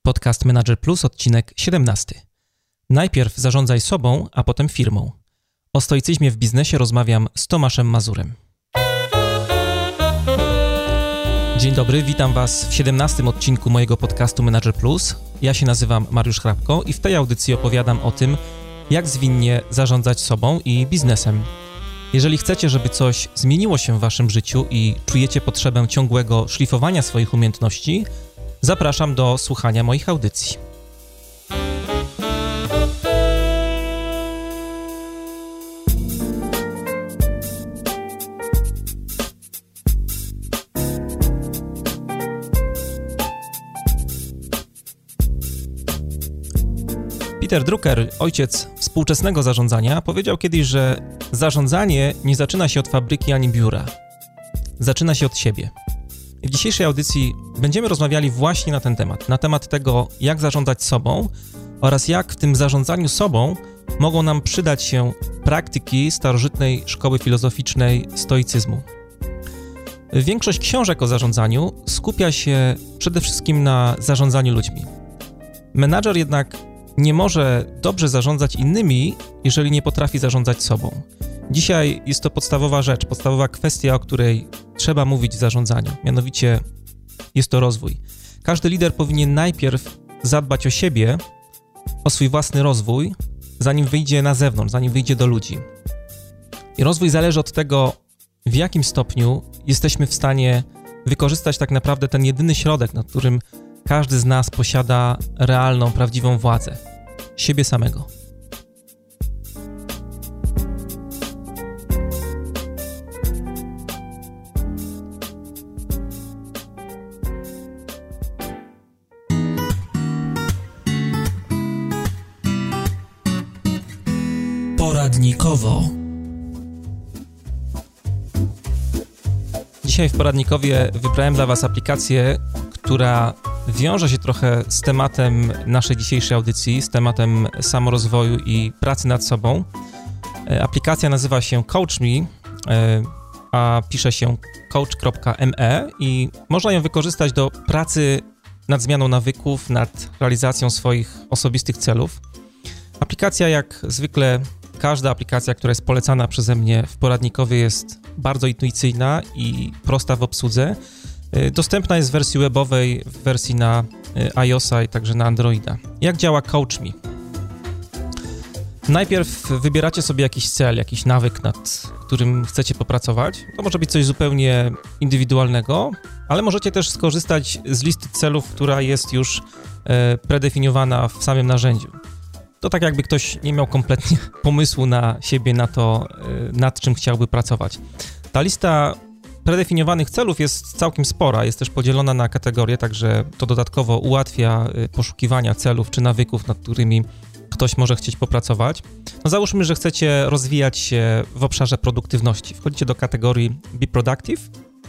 Podcast Manager Plus, odcinek 17. Najpierw zarządzaj sobą, a potem firmą. O stoicyzmie w biznesie rozmawiam z Tomaszem Mazurem. Dzień dobry, witam Was w 17. odcinku mojego podcastu Manager Plus. Ja się nazywam Mariusz Hrabko i w tej audycji opowiadam o tym, jak zwinnie zarządzać sobą i biznesem. Jeżeli chcecie, żeby coś zmieniło się w Waszym życiu i czujecie potrzebę ciągłego szlifowania swoich umiejętności, zapraszam do słuchania moich audycji. Peter Drucker, ojciec współczesnego zarządzania, powiedział kiedyś, że zarządzanie nie zaczyna się od fabryki ani biura. Zaczyna się od siebie. W dzisiejszej audycji będziemy rozmawiali właśnie na temat tego, jak zarządzać sobą oraz jak w tym zarządzaniu sobą mogą nam przydać się praktyki starożytnej szkoły filozoficznej stoicyzmu. Większość książek o zarządzaniu skupia się przede wszystkim na zarządzaniu ludźmi. Menadżer jednak nie może dobrze zarządzać innymi, jeżeli nie potrafi zarządzać sobą. Dzisiaj jest to podstawowa rzecz, podstawowa kwestia, o której trzeba mówić w zarządzaniu. Mianowicie jest to rozwój. Każdy lider powinien najpierw zadbać o siebie, o swój własny rozwój, zanim wyjdzie na zewnątrz, zanim wyjdzie do ludzi. I rozwój zależy od tego, w jakim stopniu jesteśmy w stanie wykorzystać tak naprawdę ten jedyny środek, nad którym każdy z nas posiada realną, prawdziwą władzę. Siebie samego. Poradnikowo. Dzisiaj w poradnikowie wybrałem dla Was aplikację, która wiąże się trochę z tematem naszej dzisiejszej audycji, z tematem samorozwoju i pracy nad sobą. Aplikacja nazywa się CoachMe, a pisze się coach.me i można ją wykorzystać do pracy nad zmianą nawyków, nad realizacją swoich osobistych celów. Aplikacja, jak zwykle każda aplikacja, która jest polecana przeze mnie w poradnikowie, jest bardzo intuicyjna i prosta w obsłudze. Dostępna jest w wersji webowej, w wersji na iOS-a i także na Androida. Jak działa CoachMe? Najpierw wybieracie sobie jakiś cel, jakiś nawyk, nad którym chcecie popracować. To może być coś zupełnie indywidualnego, ale możecie też skorzystać z listy celów, która jest już predefiniowana w samym narzędziu. To tak jakby ktoś nie miał kompletnie pomysłu na siebie, na to, nad czym chciałby pracować. Ta lista predefiniowanych celów jest całkiem spora, jest też podzielona na kategorie, także to dodatkowo ułatwia poszukiwania celów czy nawyków, nad którymi ktoś może chcieć popracować. No załóżmy, że chcecie rozwijać się w obszarze produktywności. Wchodzicie do kategorii Be Productive,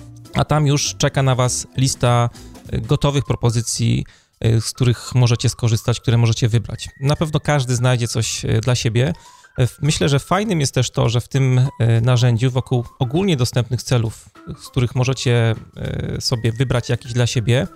a tam już czeka na Was lista gotowych propozycji, z których możecie skorzystać, które możecie wybrać. Na pewno każdy znajdzie coś dla siebie. Myślę, że fajnym jest też to, że w tym narzędziu wokół ogólnie dostępnych celów, z których możecie sobie wybrać jakiś dla siebie,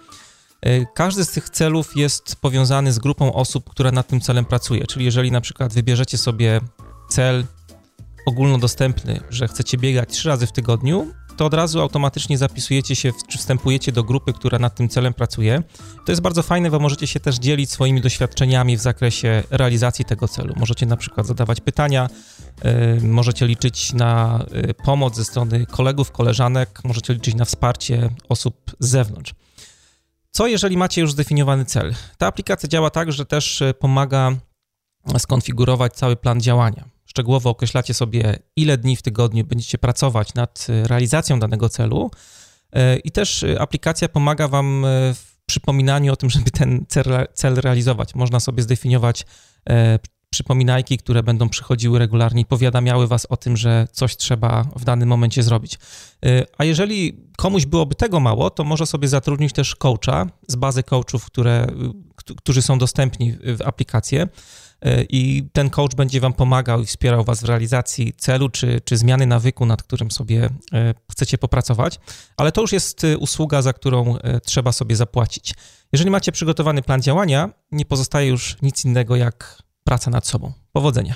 każdy z tych celów jest powiązany z grupą osób, która nad tym celem pracuje. Czyli jeżeli na przykład wybierzecie sobie cel ogólnodostępny, że chcecie biegać 3 razy w tygodniu, to od razu automatycznie zapisujecie się, czy wstępujecie do grupy, która nad tym celem pracuje. To jest bardzo fajne, bo możecie się też dzielić swoimi doświadczeniami w zakresie realizacji tego celu. Możecie na przykład zadawać pytania, możecie liczyć na pomoc ze strony kolegów, koleżanek, możecie liczyć na wsparcie osób z zewnątrz. Co jeżeli macie już zdefiniowany cel? Ta aplikacja działa tak, że też pomaga skonfigurować cały plan działania. Szczegółowo określacie sobie, ile dni w tygodniu będziecie pracować nad realizacją danego celu i też aplikacja pomaga Wam w przypominaniu o tym, żeby ten cel realizować. Można sobie zdefiniować przypominajki, które będą przychodziły regularnie i powiadamiały Was o tym, że coś trzeba w danym momencie zrobić. A jeżeli komuś byłoby tego mało, to może sobie zatrudnić też coacha z bazy coachów, którzy są dostępni w aplikacji. I ten coach będzie Wam pomagał i wspierał Was w realizacji celu czy zmiany nawyku, nad którym sobie chcecie popracować, ale to już jest usługa, za którą trzeba sobie zapłacić. Jeżeli macie przygotowany plan działania, nie pozostaje już nic innego jak praca nad sobą. Powodzenia.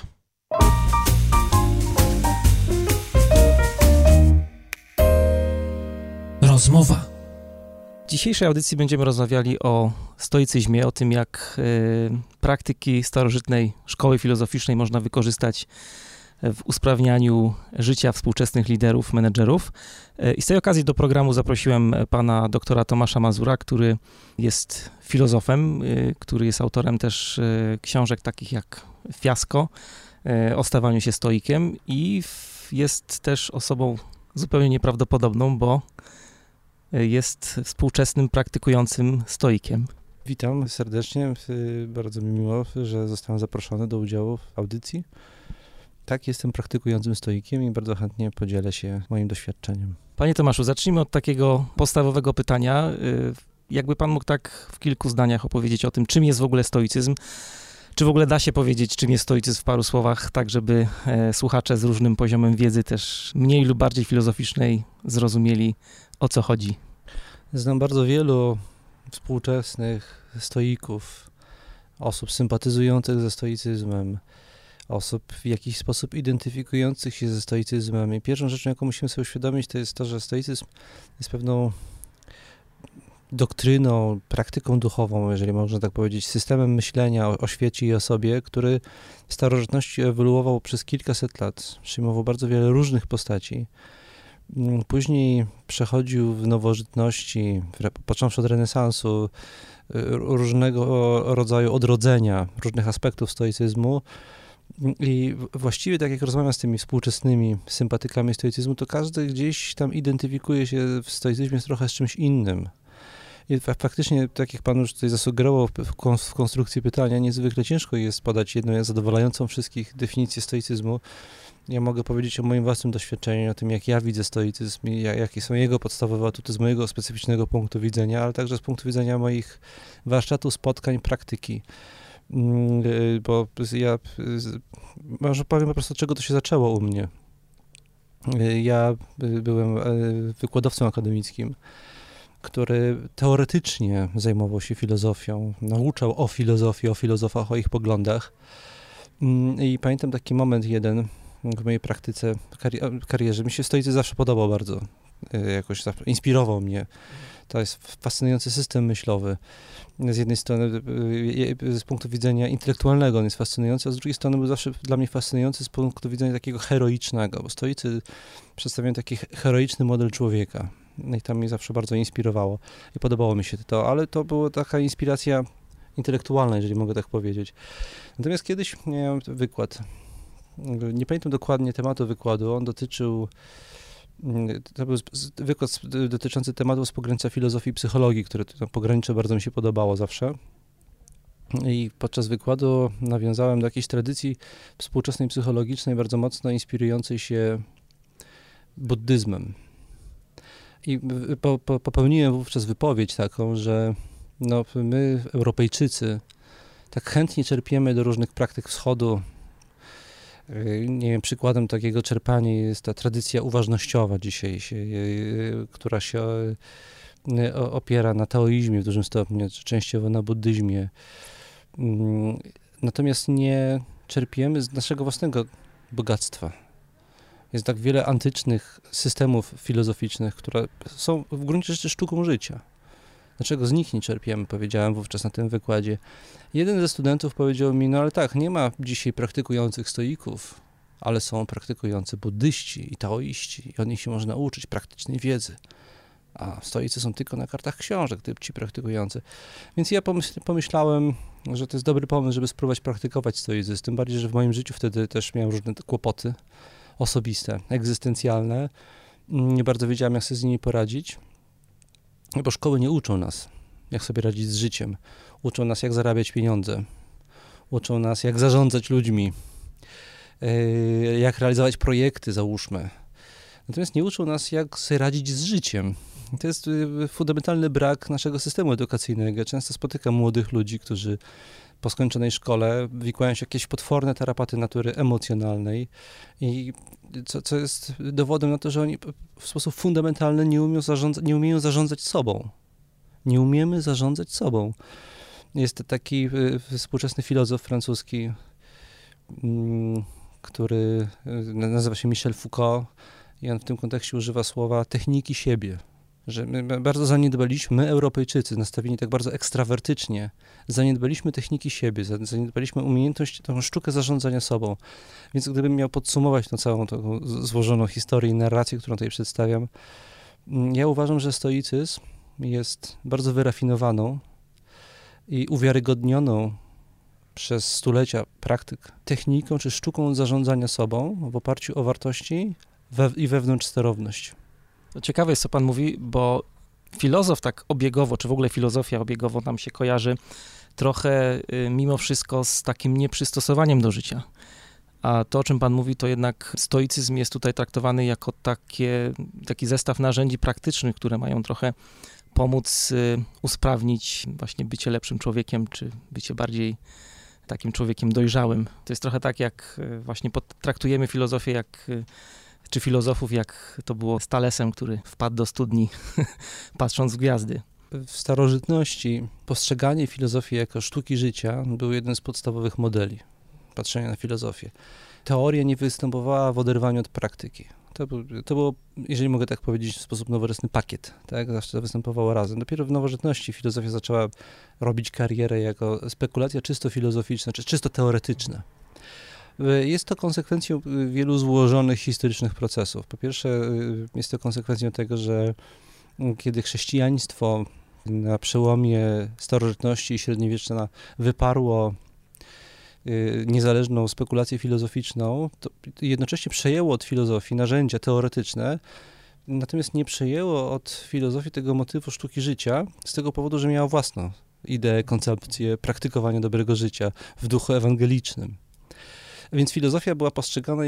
Rozmowa. W dzisiejszej audycji będziemy rozmawiali o stoicyzmie, o tym, jak praktyki starożytnej szkoły filozoficznej można wykorzystać w usprawnianiu życia współczesnych liderów, menedżerów. I z tej okazji do programu zaprosiłem pana doktora Tomasza Mazura, który jest filozofem, który jest autorem też książek takich jak Fiasko, o stawaniu się stoikiem i jest też osobą zupełnie nieprawdopodobną, bo jest współczesnym praktykującym stoikiem. Witam serdecznie, bardzo mi miło, że zostałem zaproszony do udziału w audycji. Tak, jestem praktykującym stoikiem i bardzo chętnie podzielę się moim doświadczeniem. Panie Tomaszu, zacznijmy od takiego podstawowego pytania. Jakby pan mógł tak w kilku zdaniach opowiedzieć o tym, czym jest w ogóle stoicyzm? Czy w ogóle da się powiedzieć, czym jest stoicyzm w paru słowach, tak żeby słuchacze z różnym poziomem wiedzy, też mniej lub bardziej filozoficznej, zrozumieli, o co chodzi? Znam bardzo wielu współczesnych stoików, osób sympatyzujących ze stoicyzmem, osób w jakiś sposób identyfikujących się ze stoicyzmem. I pierwszą rzeczą, jaką musimy sobie uświadomić, to jest to, że stoicyzm jest pewną doktryną, praktyką duchową, jeżeli można tak powiedzieć, systemem myślenia o świecie i o sobie, który w starożytności ewoluował przez kilkaset lat, przyjmował bardzo wiele różnych postaci. Później przechodził w nowożytności, począwszy od renesansu, różnego rodzaju odrodzenia różnych aspektów stoicyzmu. I właściwie tak jak rozmawiam z tymi współczesnymi sympatykami stoicyzmu, to każdy gdzieś tam identyfikuje się w stoicyzmie trochę z czymś innym. I faktycznie, tak jak pan już tutaj zasugerował w konstrukcji pytania, niezwykle ciężko jest podać jedną zadowalającą wszystkich definicję stoicyzmu. Ja mogę powiedzieć o moim własnym doświadczeniu, o tym, jak ja widzę stoicyzm i jakie są jego podstawowe atuty z mojego specyficznego punktu widzenia, ale także z punktu widzenia moich warsztatów, spotkań, praktyki. Bo ja może powiem po prostu, od czego to się zaczęło u mnie. Ja byłem wykładowcą akademickim, który teoretycznie zajmował się filozofią, nauczał o filozofii, o filozofach, o ich poglądach. I pamiętam taki moment jeden w mojej praktyce, karierze. Mi się stoicyzm zawsze podobał bardzo, jakoś inspirował mnie. To jest fascynujący system myślowy. Z jednej strony z punktu widzenia intelektualnego on jest fascynujący, a z drugiej strony był zawsze dla mnie fascynujący z punktu widzenia takiego heroicznego, bo stoicy przedstawiają taki heroiczny model człowieka. No i to mnie zawsze bardzo inspirowało i podobało mi się to, ale to była taka inspiracja intelektualna, jeżeli mogę tak powiedzieć. Natomiast kiedyś miałem wykład, nie pamiętam dokładnie tematu wykładu, on dotyczył, to był wykład dotyczący tematu z pogranicza filozofii i psychologii, które to pogranicze bardzo mi się podobało zawsze. I podczas wykładu nawiązałem do jakiejś tradycji współczesnej psychologicznej, bardzo mocno inspirującej się buddyzmem. I popełniłem wówczas wypowiedź taką, że no, my, Europejczycy, tak chętnie czerpiemy do różnych praktyk wschodu. Nie wiem, przykładem takiego czerpania jest ta tradycja uważnościowa dzisiaj, która się opiera na taoizmie w dużym stopniu, częściowo na buddyzmie. Natomiast nie czerpiemy z naszego własnego bogactwa. Jest tak wiele antycznych systemów filozoficznych, które są w gruncie rzeczy sztuką życia. Dlaczego z nich nie czerpiemy, powiedziałem wówczas na tym wykładzie. Jeden ze studentów powiedział mi, no ale tak, nie ma dzisiaj praktykujących stoików, ale są praktykujący buddyści i taoiści i od nich się można uczyć praktycznej wiedzy. A stoicy są tylko na kartach książek, ci praktykujący. Więc ja pomyślałem, że to jest dobry pomysł, żeby spróbować praktykować stoicyzm. Tym bardziej, że w moim życiu wtedy też miałem różne kłopoty osobiste, egzystencjalne. Nie bardzo wiedziałem, jak sobie z nimi poradzić, bo szkoły nie uczą nas, jak sobie radzić z życiem. Uczą nas, jak zarabiać pieniądze. Uczą nas, jak zarządzać ludźmi, jak realizować projekty, załóżmy. Natomiast nie uczą nas, jak sobie radzić z życiem. I to jest fundamentalny brak naszego systemu edukacyjnego. Często spotykam młodych ludzi, którzy po skończonej szkole wikłają się w jakieś potworne tarapaty natury emocjonalnej i co jest dowodem na to, że oni w sposób fundamentalny nie umieją zarządzać sobą. Nie umiemy zarządzać sobą. Jest taki współczesny filozof francuski, który nazywa się Michel Foucault i on w tym kontekście używa słowa techniki siebie. Że my bardzo zaniedbaliśmy, my Europejczycy, nastawieni tak bardzo ekstrawertycznie, zaniedbaliśmy techniki siebie, zaniedbaliśmy umiejętność, tą sztukę zarządzania sobą. Więc gdybym miał podsumować tą całą tą złożoną historię i narrację, którą tutaj przedstawiam, ja uważam, że stoicyzm jest bardzo wyrafinowaną i uwiarygodnioną przez stulecia praktyk techniką czy sztuką zarządzania sobą w oparciu o wartości i wewnątrz sterowność. Ciekawe jest, co pan mówi, bo filozof tak obiegowo, czy w ogóle filozofia obiegowo nam się kojarzy trochę mimo wszystko z takim nieprzystosowaniem do życia. A to, o czym pan mówi, to jednak stoicyzm jest tutaj traktowany jako taki zestaw narzędzi praktycznych, które mają trochę pomóc usprawnić właśnie bycie lepszym człowiekiem, czy bycie bardziej takim człowiekiem dojrzałym. To jest trochę tak, jak właśnie traktujemy filozofię czy filozofów, jak to było z Thalesem, który wpadł do studni patrząc w gwiazdy. W starożytności postrzeganie filozofii jako sztuki życia był jednym z podstawowych modeli patrzenia na filozofię. Teoria nie występowała w oderwaniu od praktyki. To było, jeżeli mogę tak powiedzieć, w sposób nowoczesny pakiet, tak? Zawsze to występowało razem. Dopiero w nowożytności filozofia zaczęła robić karierę jako spekulacja czysto filozoficzna, czy czysto teoretyczna. Jest to konsekwencją wielu złożonych historycznych procesów. Po pierwsze, jest to konsekwencją tego, że kiedy chrześcijaństwo na przełomie starożytności i średniowiecza wyparło niezależną spekulację filozoficzną, to jednocześnie przejęło od filozofii narzędzia teoretyczne, natomiast nie przejęło od filozofii tego motywu sztuki życia z tego powodu, że miała własną ideę, koncepcję praktykowania dobrego życia w duchu ewangelicznym. Więc filozofia była postrzegana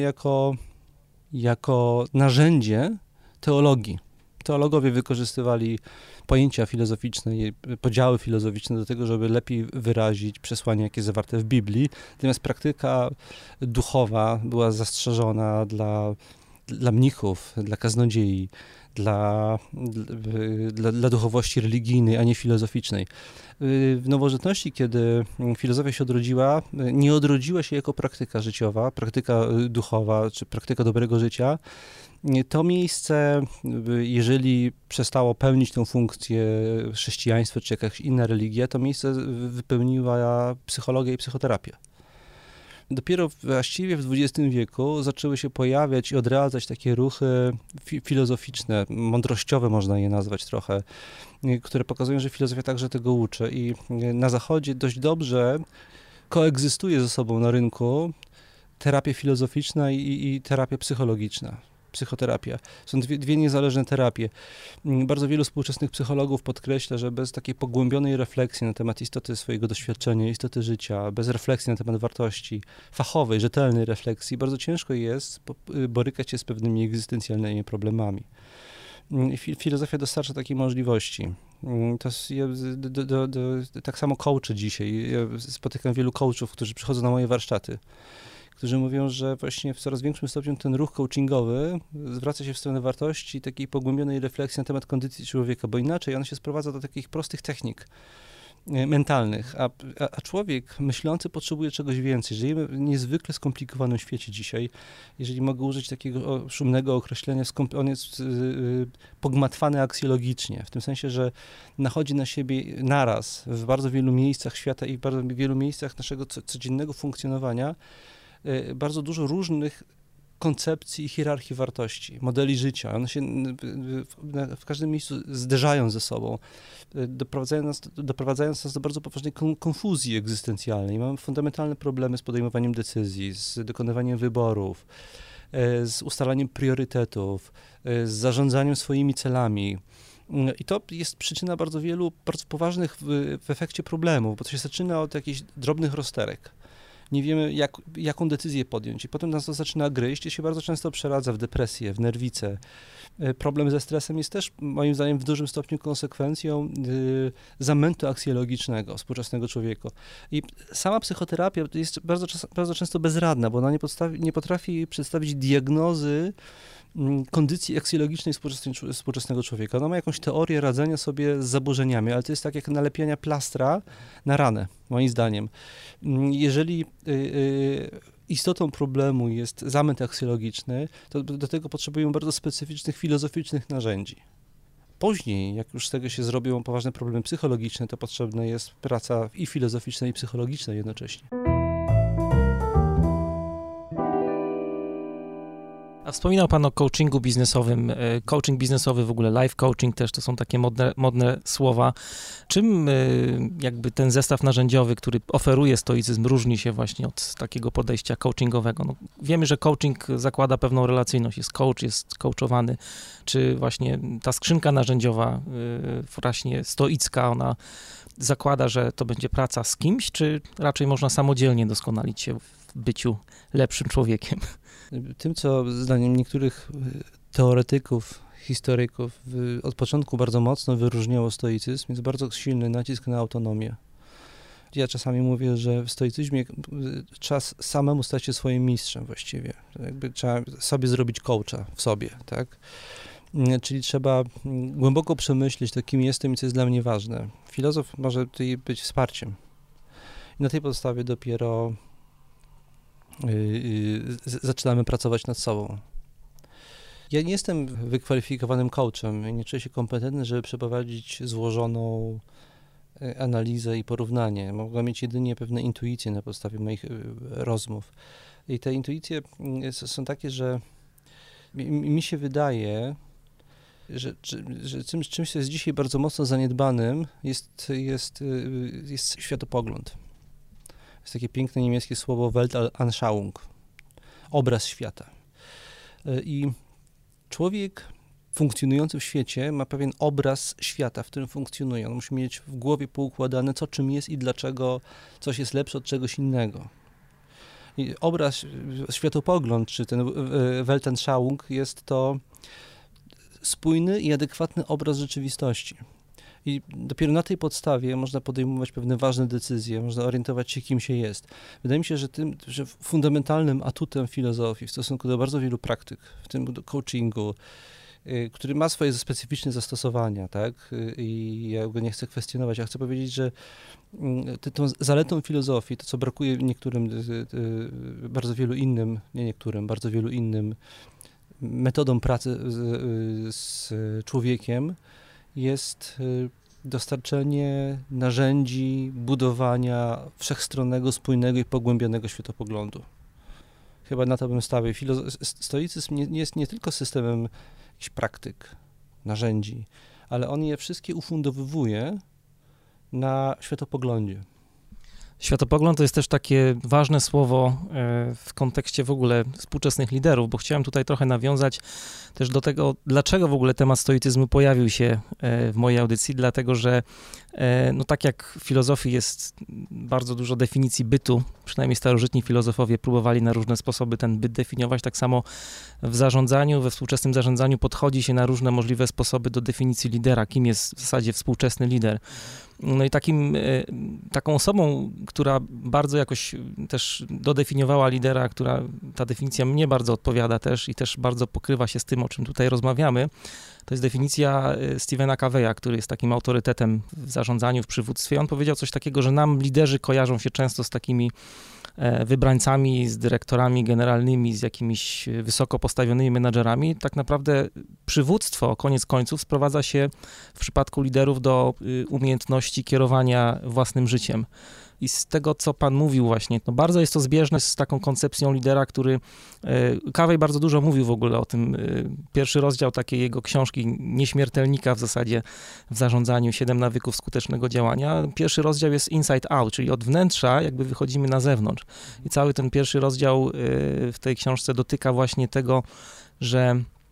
jako narzędzie teologii. Teologowie wykorzystywali pojęcia filozoficzne i podziały filozoficzne do tego, żeby lepiej wyrazić przesłanie, jakie jest zawarte w Biblii. Natomiast praktyka duchowa była zastrzeżona dla mnichów, dla kaznodziei, dla duchowości religijnej, a nie filozoficznej. W nowożytności, kiedy filozofia się odrodziła, nie odrodziła się jako praktyka życiowa, praktyka duchowa, czy praktyka dobrego życia. To miejsce, jeżeli przestało pełnić tę funkcję chrześcijaństwo, czy jakaś inna religia, to miejsce wypełniła psychologia i psychoterapia. Dopiero właściwie w XX wieku zaczęły się pojawiać i odradzać takie ruchy filozoficzne, mądrościowe można je nazwać trochę, które pokazują, że filozofia także tego uczy. I na Zachodzie dość dobrze koegzystuje ze sobą na rynku terapia filozoficzna i terapia psychologiczna. Psychoterapia. Są dwie niezależne terapie. Bardzo wielu współczesnych psychologów podkreśla, że bez takiej pogłębionej refleksji na temat istoty swojego doświadczenia, istoty życia, bez refleksji na temat wartości, fachowej, rzetelnej refleksji, bardzo ciężko jest borykać się z pewnymi egzystencjalnymi problemami. Filozofia dostarcza takiej możliwości. Tak samo coachy dzisiaj. Ja spotykam wielu coachów, którzy przychodzą na moje warsztaty, którzy mówią, że właśnie w coraz większym stopniu ten ruch coachingowy zwraca się w stronę wartości, takiej pogłębionej refleksji na temat kondycji człowieka, bo inaczej on się sprowadza do takich prostych technik mentalnych, a człowiek myślący potrzebuje czegoś więcej. Żyjemy w niezwykle skomplikowanym świecie dzisiaj. Jeżeli mogę użyć takiego szumnego określenia, on jest pogmatwany aksjologicznie, w tym sensie, że nachodzi na siebie naraz w bardzo wielu miejscach świata i w bardzo wielu miejscach naszego codziennego funkcjonowania bardzo dużo różnych koncepcji i hierarchii wartości, modeli życia. One się w każdym miejscu zderzają ze sobą, doprowadzając nas do bardzo poważnej konfuzji egzystencjalnej. Mamy fundamentalne problemy z podejmowaniem decyzji, z dokonywaniem wyborów, z ustalaniem priorytetów, z zarządzaniem swoimi celami. I to jest przyczyna bardzo wielu, bardzo poważnych w efekcie problemów, bo to się zaczyna od jakichś drobnych rozterek. nie wiemy, jaką decyzję podjąć i potem nas to zaczyna gryźć i się bardzo często przeradza w depresję, w nerwicę. Problem ze stresem jest też, moim zdaniem, w dużym stopniu konsekwencją zamętu aksjologicznego współczesnego człowieka. I sama psychoterapia jest bardzo często bezradna, bo ona nie potrafi przedstawić diagnozy kondycji aksjologicznej współczesnego człowieka. Ona ma jakąś teorię radzenia sobie z zaburzeniami, ale to jest tak jak nalepianie plastra na ranę, moim zdaniem. Jeżeli istotą problemu jest zamęt aksjologiczny, to do tego potrzebujemy bardzo specyficznych, filozoficznych narzędzi. Później, jak już z tego się zrobią poważne problemy psychologiczne, to potrzebna jest praca i filozoficzna, i psychologiczna jednocześnie. A wspominał Pan o coachingu biznesowym. Coaching biznesowy, w ogóle life coaching też, to są takie modne słowa. Czym jakby ten zestaw narzędziowy, który oferuje stoicyzm, różni się właśnie od takiego podejścia coachingowego? No, wiemy, że coaching zakłada pewną relacyjność. Jest coach, jest coachowany. Czy właśnie ta skrzynka narzędziowa, właśnie stoicka, ona zakłada, że to będzie praca z kimś, czy raczej można samodzielnie doskonalić się w byciu lepszym człowiekiem? Tym, co zdaniem niektórych teoretyków, historyków od początku bardzo mocno wyróżniało stoicyzm, jest bardzo silny nacisk na autonomię. Ja czasami mówię, że w stoicyzmie czas samemu stać się swoim mistrzem właściwie. Jakby trzeba sobie zrobić coacha w sobie, tak? Czyli trzeba głęboko przemyśleć to, kim jestem i co jest dla mnie ważne. Filozof może tutaj być wsparciem. I na tej podstawie dopiero zaczynamy pracować nad sobą. Ja nie jestem wykwalifikowanym coachem, nie czuję się kompetentny, żeby przeprowadzić złożoną analizę i porównanie. Mogę mieć jedynie pewne intuicje na podstawie moich rozmów. I te intuicje są takie, że mi się wydaje, że czymś, co jest dzisiaj bardzo mocno zaniedbanym, jest światopogląd. Jest takie piękne niemieckie słowo Weltanschauung, obraz świata. I człowiek funkcjonujący w świecie ma pewien obraz świata, w którym funkcjonuje. On musi mieć w głowie poukładane, co czym jest i dlaczego coś jest lepsze od czegoś innego. I obraz, światopogląd, czy ten Weltanschauung jest to spójny i adekwatny obraz rzeczywistości. I dopiero na tej podstawie można podejmować pewne ważne decyzje, można orientować się, kim się jest. Wydaje mi się, że fundamentalnym atutem filozofii w stosunku do bardzo wielu praktyk, w tym do coachingu, który ma swoje specyficzne zastosowania, tak? I ja go nie chcę kwestionować, ja chcę powiedzieć, że tą zaletą filozofii, to co brakuje bardzo wielu innym metodom pracy z człowiekiem, jest dostarczenie narzędzi budowania wszechstronnego, spójnego i pogłębionego światopoglądu. Chyba na to bym stawiał. Stoicyzm jest nie tylko systemem jakichś praktyk, narzędzi, ale on je wszystkie ufundowywuje na światopoglądzie. Światopogląd to jest też takie ważne słowo w kontekście w ogóle współczesnych liderów, bo chciałem tutaj trochę nawiązać też do tego, dlaczego w ogóle temat stoicyzmu pojawił się w mojej audycji, dlatego że no tak jak w filozofii jest bardzo dużo definicji bytu, przynajmniej starożytni filozofowie próbowali na różne sposoby ten byt definiować, tak samo w zarządzaniu, we współczesnym zarządzaniu podchodzi się na różne możliwe sposoby do definicji lidera, kim jest w zasadzie współczesny lider. No i taką osobą, która bardzo jakoś też dodefiniowała lidera, ta definicja mnie bardzo odpowiada też i też bardzo pokrywa się z tym, o czym tutaj rozmawiamy, to jest definicja Stephena Coveya, który jest takim autorytetem w zarządzaniu, w przywództwie. On powiedział coś takiego, że nam liderzy kojarzą się często z takimi wybrańcami, z dyrektorami generalnymi, z jakimiś wysoko postawionymi menadżerami. Tak naprawdę przywództwo, koniec końców, sprowadza się w przypadku liderów do umiejętności kierowania własnym życiem. I z tego, co pan mówił właśnie, no bardzo jest to zbieżne z taką koncepcją lidera, który... Covey bardzo dużo mówił w ogóle o tym. Pierwszy rozdział takiej jego książki Nieśmiertelnika w zasadzie w zarządzaniu 7 nawyków skutecznego działania. Pierwszy rozdział jest inside out, czyli od wnętrza jakby wychodzimy na zewnątrz. I cały ten pierwszy rozdział w tej książce dotyka właśnie tego, że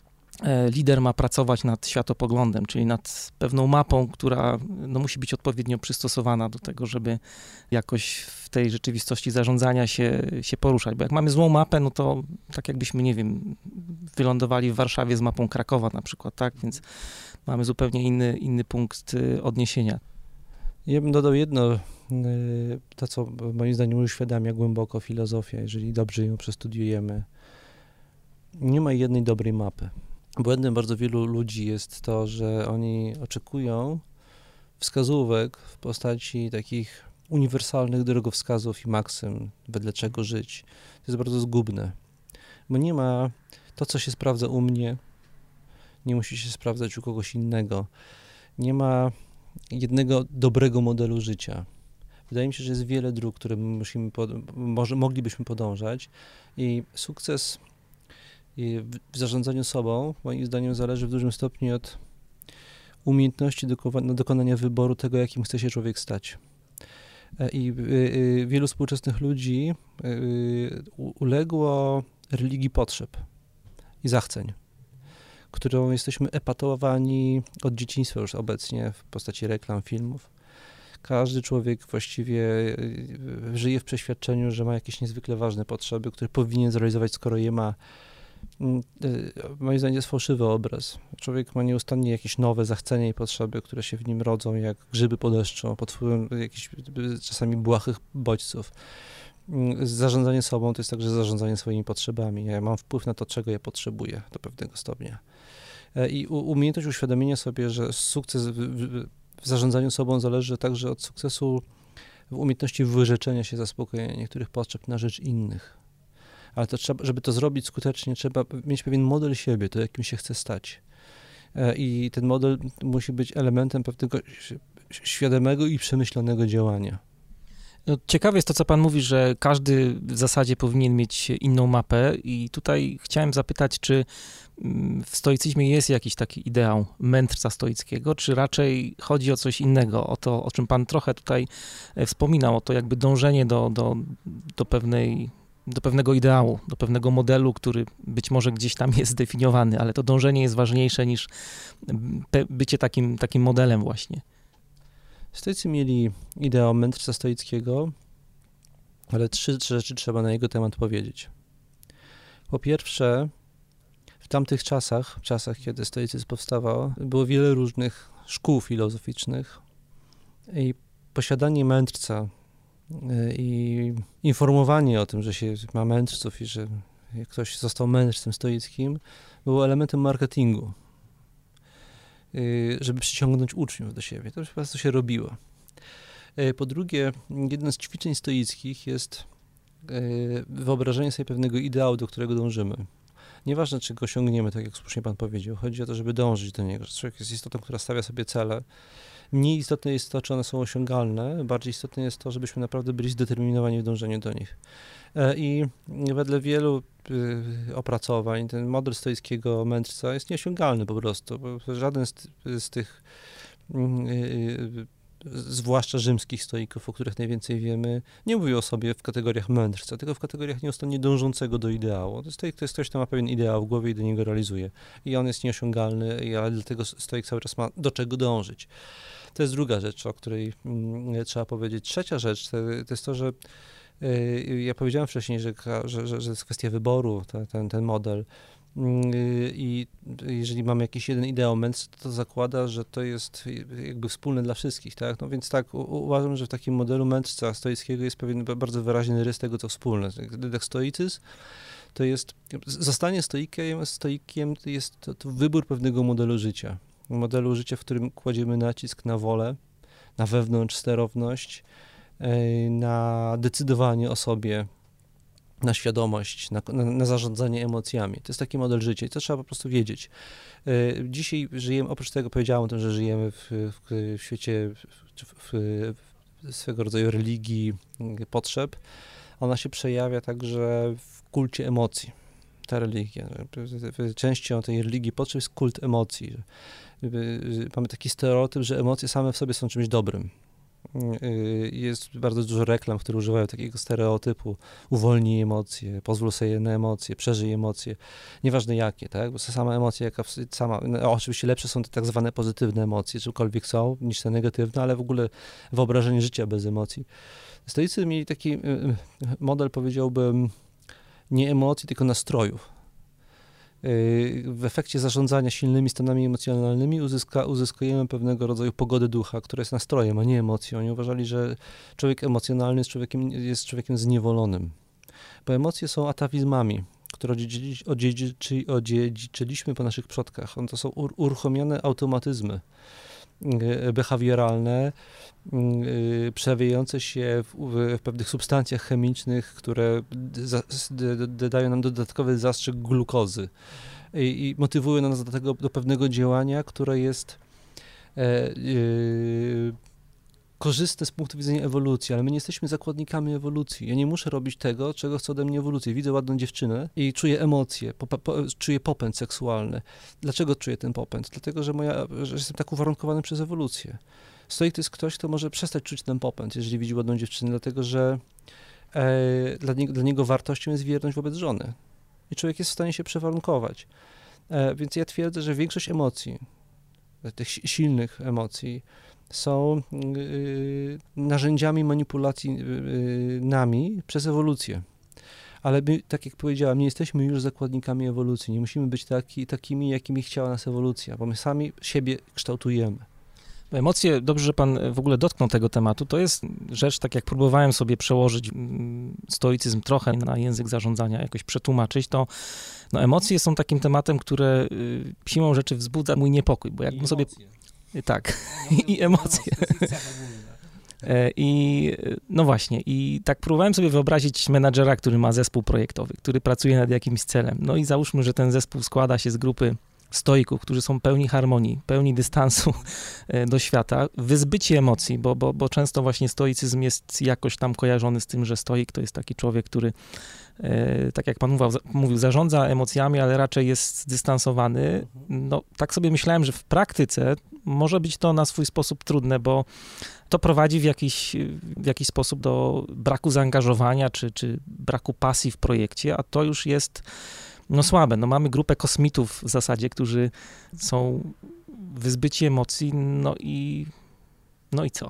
lider ma pracować nad światopoglądem, czyli nad pewną mapą, która no, musi być odpowiednio przystosowana do tego, żeby jakoś w tej rzeczywistości zarządzania się poruszać. Bo jak mamy złą mapę, no to tak jakbyśmy, nie wiem, wylądowali w Warszawie z mapą Krakowa na przykład, tak? Więc mamy zupełnie inny punkt odniesienia. Ja bym dodał jedno, to co moim zdaniem uświadamia głęboko filozofia, jeżeli dobrze ją przestudiujemy. Nie ma jednej dobrej mapy. Błędem bardzo wielu ludzi jest to, że oni oczekują wskazówek w postaci takich uniwersalnych drogowskazów i maksym, wedle czego żyć. To jest bardzo zgubne, bo nie ma to, co się sprawdza u mnie, nie musi się sprawdzać u kogoś innego. Nie ma jednego dobrego modelu życia. Wydaje mi się, że jest wiele dróg, które moglibyśmy podążać i sukces w zarządzaniu sobą, moim zdaniem, zależy w dużym stopniu od umiejętności dokonania wyboru tego, jakim chce się człowiek stać. I wielu współczesnych ludzi uległo religii potrzeb i zachceń, którą jesteśmy epatowani od dzieciństwa już obecnie w postaci reklam, filmów. Każdy człowiek właściwie żyje w przeświadczeniu, że ma jakieś niezwykle ważne potrzeby, które powinien zrealizować, skoro je ma. Moim zdaniem jest fałszywy obraz. Człowiek ma nieustannie jakieś nowe zachcenia i potrzeby, które się w nim rodzą jak grzyby po deszczu, pod wpływem jakichś czasami błahych bodźców. Zarządzanie sobą to jest także zarządzanie swoimi potrzebami. Ja mam wpływ na to, czego ja potrzebuję do pewnego stopnia. I umiejętność uświadomienia sobie, że sukces w zarządzaniu sobą zależy także od sukcesu w umiejętności wyrzeczenia się, zaspokojenia niektórych potrzeb na rzecz innych. Ale to trzeba, żeby to zrobić skutecznie, trzeba mieć pewien model siebie, to jakim się chce stać. I ten model musi być elementem pewnego świadomego i przemyślanego działania. No, ciekawe jest to, co pan mówi, że każdy w zasadzie powinien mieć inną mapę i tutaj chciałem zapytać, czy w stoicyzmie jest jakiś taki ideał mędrca stoickiego, czy raczej chodzi o coś innego, o to, o czym pan trochę tutaj wspominał, o to jakby dążenie do pewnego ideału, do pewnego modelu, który być może gdzieś tam jest zdefiniowany, ale to dążenie jest ważniejsze niż bycie takim modelem właśnie. Stoicy mieli ideał mędrca stoickiego, ale trzy rzeczy trzeba na jego temat powiedzieć. Po pierwsze, w tamtych czasach, kiedy stoicyzm powstawał, było wiele różnych szkół filozoficznych i posiadanie mędrca i informowanie o tym, że się ma mędrców i że ktoś został mędrcem stoickim, było elementem marketingu, żeby przyciągnąć uczniów do siebie. To po prostu się robiło. Po drugie, jednym z ćwiczeń stoickich jest wyobrażenie sobie pewnego ideału, do którego dążymy. Nieważne, czy go osiągniemy, tak jak słusznie pan powiedział, chodzi o to, żeby dążyć do niego. Człowiek jest istotą, która stawia sobie cele. Mniej istotne jest to, czy one są osiągalne, bardziej istotne jest to, żebyśmy naprawdę byli zdeterminowani w dążeniu do nich. I wedle wielu opracowań ten model stoickiego mędrca jest nieosiągalny po prostu, bo żaden z tych zwłaszcza rzymskich stoików, o których najwięcej wiemy, nie mówił o sobie w kategoriach mędrca, tylko w kategoriach nieustannie dążącego do ideału. To jest ktoś, kto ma pewien ideał w głowie i do niego realizuje. I on jest nieosiągalny, ale dlatego stoik cały czas ma do czego dążyć. To jest druga rzecz, o której trzeba powiedzieć. Trzecia rzecz to jest to, że ja powiedziałem wcześniej, że jest kwestia wyboru, ten model. I jeżeli mamy jakiś jeden ideał mędrca, to zakłada, że to jest jakby wspólne dla wszystkich, tak? No więc tak, uważam, że w takim modelu mędrca stoickiego jest pewien bardzo wyraźny rys tego, co wspólne. Jak stoicyzm, to jest, zostanie stoikiem jest to wybór pewnego modelu życia, w którym kładziemy nacisk na wolę, na wewnątrz sterowność, na decydowanie o sobie, na świadomość, na zarządzanie emocjami. To jest taki model życia i to trzeba po prostu wiedzieć. Dzisiaj żyjemy, oprócz tego powiedziałem o tym, że żyjemy w świecie swego rodzaju religii potrzeb. Ona się przejawia także w kulcie emocji. Ta religia. Częścią tej religii potrzeb jest kult emocji. Mamy taki stereotyp, że emocje same w sobie są czymś dobrym. Jest bardzo dużo reklam, które używają takiego stereotypu: uwolnij emocje, pozwól sobie na emocje, przeżyj emocje, nieważne jakie, tak? Bo sama emocja, oczywiście lepsze są te tak zwane pozytywne emocje, czymkolwiek są, niż te negatywne, ale w ogóle wyobrażenie życia bez emocji. Stoicy mieli taki model, powiedziałbym, nie emocji, tylko nastrojów. W efekcie zarządzania silnymi stanami emocjonalnymi uzyskujemy pewnego rodzaju pogodę ducha, która jest nastrojem, a nie emocją. Oni uważali, że człowiek emocjonalny jest człowiekiem zniewolonym, bo emocje są atawizmami, które odziedziczyliśmy po naszych przodkach. To są uruchomione automatyzmy behawioralne, przejawiające się w pewnych substancjach chemicznych, które dają nam dodatkowy zastrzyk glukozy i motywują nas do pewnego działania, które jest korzystne z punktu widzenia ewolucji, ale my nie jesteśmy zakładnikami ewolucji. Ja nie muszę robić tego, czego chce ode mnie ewolucja. Widzę ładną dziewczynę i czuję emocje, czuję popęd seksualny. Dlaczego czuję ten popęd? Dlatego, że jestem tak uwarunkowany przez ewolucję. Stoik to jest ktoś, kto może przestać czuć ten popęd, jeżeli widzi ładną dziewczynę, dlatego że dla niego wartością jest wierność wobec żony. I człowiek jest w stanie się przewarunkować. Więc ja twierdzę, że większość emocji, tych silnych emocji, są narzędziami manipulacji nami przez ewolucję. Ale my, tak jak powiedziałem, nie jesteśmy już zakładnikami ewolucji. Nie musimy być takimi, jakimi chciała nas ewolucja, bo my sami siebie kształtujemy. Emocje, dobrze, że pan w ogóle dotknął tego tematu, to jest rzecz, tak jak próbowałem sobie przełożyć stoicyzm trochę na język zarządzania, jakoś przetłumaczyć, to emocje są takim tematem, które siłą rzeczy wzbudza mój niepokój, bo jakbym sobie... Tak, i emocje. No właśnie, i tak próbowałem sobie wyobrazić menadżera, który ma zespół projektowy, który pracuje nad jakimś celem. No i załóżmy, że ten zespół składa się z grupy stoików, którzy są pełni harmonii, pełni dystansu do świata, wyzbyci emocji, bo często właśnie stoicyzm jest jakoś tam kojarzony z tym, że stoik to jest taki człowiek, który, tak jak pan mówił, zarządza emocjami, ale raczej jest zdystansowany. No tak sobie myślałem, że w praktyce może być to na swój sposób trudne, bo to prowadzi w jakiś sposób do braku zaangażowania, czy braku pasji w projekcie, a to już jest słabe. Mamy grupę kosmitów w zasadzie, którzy są wyzbyci emocji, no i co?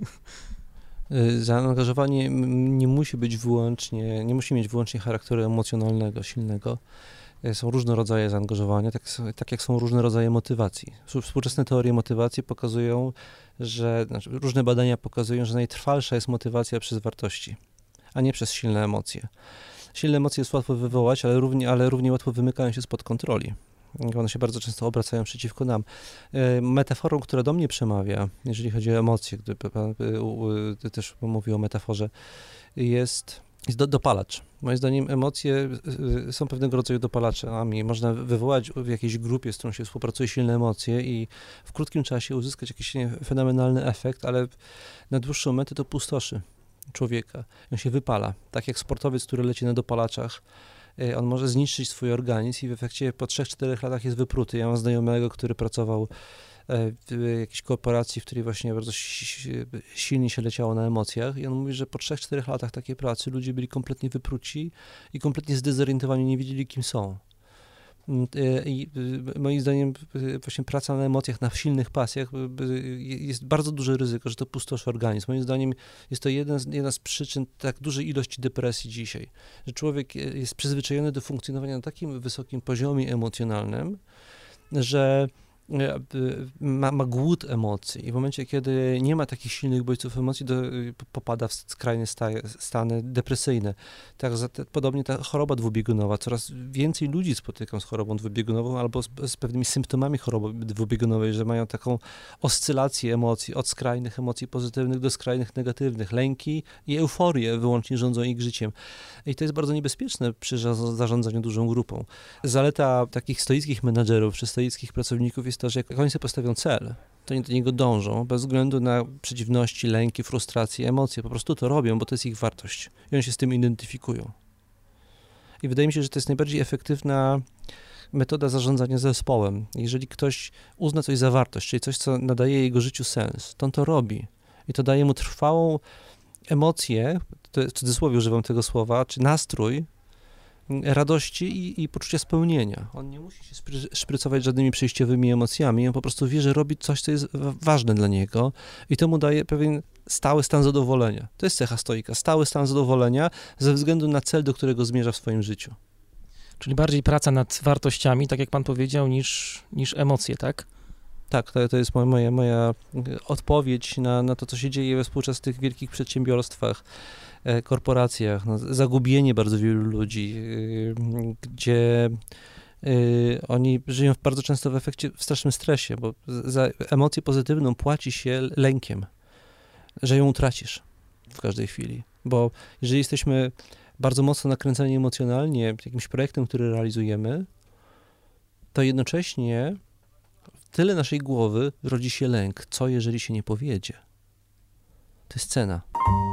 Zaangażowanie nie musi mieć wyłącznie charakteru emocjonalnego, silnego. Są różne rodzaje zaangażowania, tak jak są różne rodzaje motywacji. Współczesne teorie motywacji pokazują, różne badania pokazują, że najtrwalsza jest motywacja przez wartości, a nie przez silne emocje. Silne emocje jest łatwo wywołać, ale równie łatwo wymykają się spod kontroli. One się bardzo często obracają przeciwko nam. Metaforą, która do mnie przemawia, jeżeli chodzi o emocje, gdy pan też mówił o metaforze, jest dopalacz. Moim zdaniem emocje są pewnego rodzaju dopalaczami. Można wywołać w jakiejś grupie, z którą się współpracuje, silne emocje i w krótkim czasie uzyskać jakiś fenomenalny efekt, ale na dłuższą metę to pustoszy człowieka. On się wypala. Tak jak sportowiec, który leci na dopalaczach, on może zniszczyć swój organizm i w efekcie po 3-4 latach jest wypruty. Ja mam znajomego, który pracował w jakiejś korporacji, w której właśnie bardzo silnie się leciało na emocjach i on mówi, że po 3-4 latach takiej pracy ludzie byli kompletnie wypruci i kompletnie zdezorientowani, nie wiedzieli, kim są. I moim zdaniem właśnie praca na emocjach, na silnych pasjach jest bardzo duże ryzyko, że to pustoszy organizm. Moim zdaniem jest to jedna z przyczyn tak dużej ilości depresji dzisiaj, że człowiek jest przyzwyczajony do funkcjonowania na takim wysokim poziomie emocjonalnym, że ma głód emocji i w momencie, kiedy nie ma takich silnych bodźców emocji, popada w skrajne stany depresyjne. Podobnie ta choroba dwubiegunowa. Coraz więcej ludzi spotykam z chorobą dwubiegunową albo z pewnymi symptomami choroby dwubiegunowej, że mają taką oscylację emocji, od skrajnych emocji pozytywnych do skrajnych negatywnych. Lęki i euforię wyłącznie rządzą ich życiem. I to jest bardzo niebezpieczne przy zarządzaniu dużą grupą. Zaleta takich stoickich menadżerów czy stoickich pracowników jest to, że jak oni sobie postawią cel, to oni do niego dążą, bez względu na przeciwności, lęki, frustracje, emocje, po prostu to robią, bo to jest ich wartość i oni się z tym identyfikują. I wydaje mi się, że to jest najbardziej efektywna metoda zarządzania zespołem. Jeżeli ktoś uzna coś za wartość, czyli coś, co nadaje jego życiu sens, to on to robi. I to daje mu trwałą emocję, to w cudzysłowie używam tego słowa, czy nastrój radości i poczucia spełnienia. On nie musi się szprycować żadnymi przejściowymi emocjami, on po prostu wie, że robi coś, co jest ważne dla niego i to mu daje pewien stały stan zadowolenia. To jest cecha stoika, stały stan zadowolenia ze względu na cel, do którego zmierza w swoim życiu. Czyli bardziej praca nad wartościami, tak jak pan powiedział, niż emocje, tak? Tak, to jest moja odpowiedź na to, co się dzieje we współczesnych wielkich przedsiębiorstwach, korporacjach. No, zagubienie bardzo wielu ludzi, gdzie oni żyją bardzo często w strasznym stresie, bo za emocję pozytywną płaci się lękiem, że ją utracisz w każdej chwili. Bo jeżeli jesteśmy bardzo mocno nakręceni emocjonalnie jakimś projektem, który realizujemy, to jednocześnie w tyle naszej głowy rodzi się lęk. Co jeżeli się nie powiedzie? To jest cena.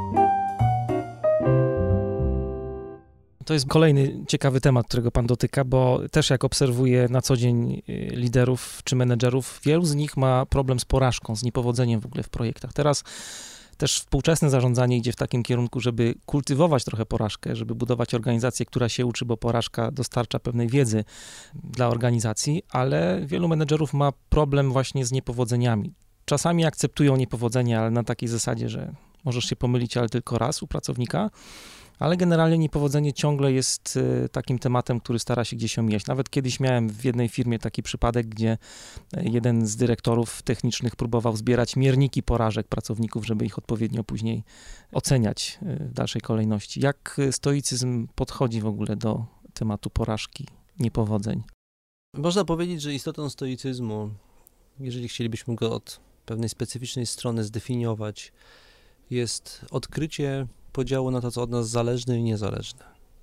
To jest kolejny ciekawy temat, którego pan dotyka, bo też jak obserwuję na co dzień liderów czy menedżerów, wielu z nich ma problem z porażką, z niepowodzeniem w ogóle w projektach. Teraz też współczesne zarządzanie idzie w takim kierunku, żeby kultywować trochę porażkę, żeby budować organizację, która się uczy, bo porażka dostarcza pewnej wiedzy dla organizacji, ale wielu menedżerów ma problem właśnie z niepowodzeniami. Czasami akceptują niepowodzenie, ale na takiej zasadzie, że możesz się pomylić, ale tylko raz u pracownika, ale generalnie niepowodzenie ciągle jest takim tematem, który stara się gdzieś omijać. Nawet kiedyś miałem w jednej firmie taki przypadek, gdzie jeden z dyrektorów technicznych próbował zbierać mierniki porażek pracowników, żeby ich odpowiednio później oceniać w dalszej kolejności. Jak stoicyzm podchodzi w ogóle do tematu porażki, niepowodzeń? Można powiedzieć, że istotą stoicyzmu, jeżeli chcielibyśmy go od pewnej specyficznej strony zdefiniować, jest odkrycie podziału na to, co od nas zależne i niezależne.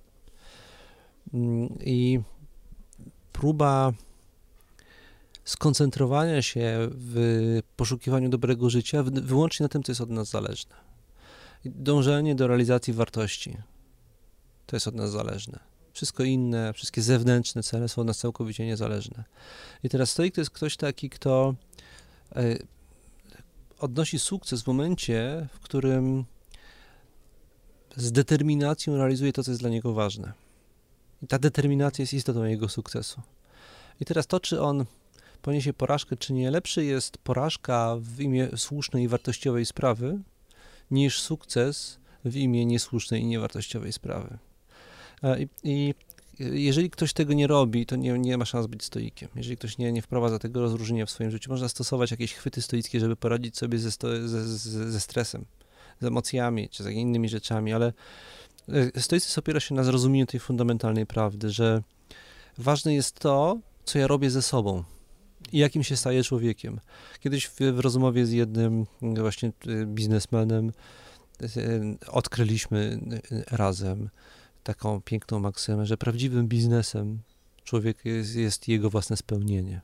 I próba skoncentrowania się w poszukiwaniu dobrego życia wyłącznie na tym, co jest od nas zależne. I dążenie do realizacji wartości to jest od nas zależne. Wszystko inne, wszystkie zewnętrzne cele są od nas całkowicie niezależne. I teraz stoik to jest ktoś taki, kto odnosi sukces w momencie, w którym z determinacją realizuje to, co jest dla niego ważne. I ta determinacja jest istotą jego sukcesu. I teraz to, czy on poniesie porażkę, czy nie, lepszy jest porażka w imię słusznej i wartościowej sprawy, niż sukces w imię niesłusznej i niewartościowej sprawy. I jeżeli ktoś tego nie robi, to nie ma szans być stoikiem. Jeżeli ktoś nie wprowadza tego rozróżnienia w swoim życiu, można stosować jakieś chwyty stoickie, żeby poradzić sobie ze stresem, z emocjami, czy z innymi rzeczami, ale stoicyzm opiera się na zrozumieniu tej fundamentalnej prawdy, że ważne jest to, co ja robię ze sobą i jakim się staję człowiekiem. Kiedyś w rozmowie z jednym właśnie biznesmenem odkryliśmy razem taką piękną maksymę, że prawdziwym biznesem człowiek jest jego własne spełnienie.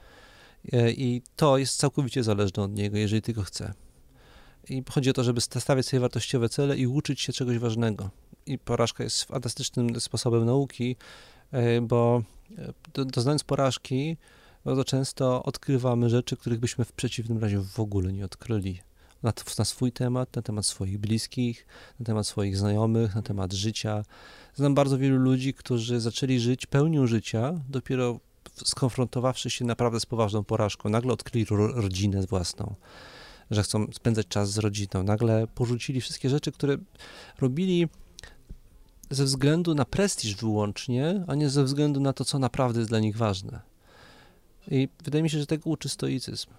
I to jest całkowicie zależne od niego, jeżeli tylko chce. I chodzi o to, żeby stawiać sobie wartościowe cele i uczyć się czegoś ważnego. I porażka jest fantastycznym sposobem nauki, bo doznając porażki, bardzo często odkrywamy rzeczy, których byśmy w przeciwnym razie w ogóle nie odkryli. Na swój temat, na temat swoich bliskich, na temat swoich znajomych, na temat życia. Znam bardzo wielu ludzi, którzy zaczęli żyć pełnią życia, dopiero skonfrontowawszy się naprawdę z poważną porażką. Nagle odkryli rodzinę własną, że chcą spędzać czas z rodziną. Nagle porzucili wszystkie rzeczy, które robili ze względu na prestiż wyłącznie, a nie ze względu na to, co naprawdę jest dla nich ważne. I wydaje mi się, że tego uczy stoicyzm.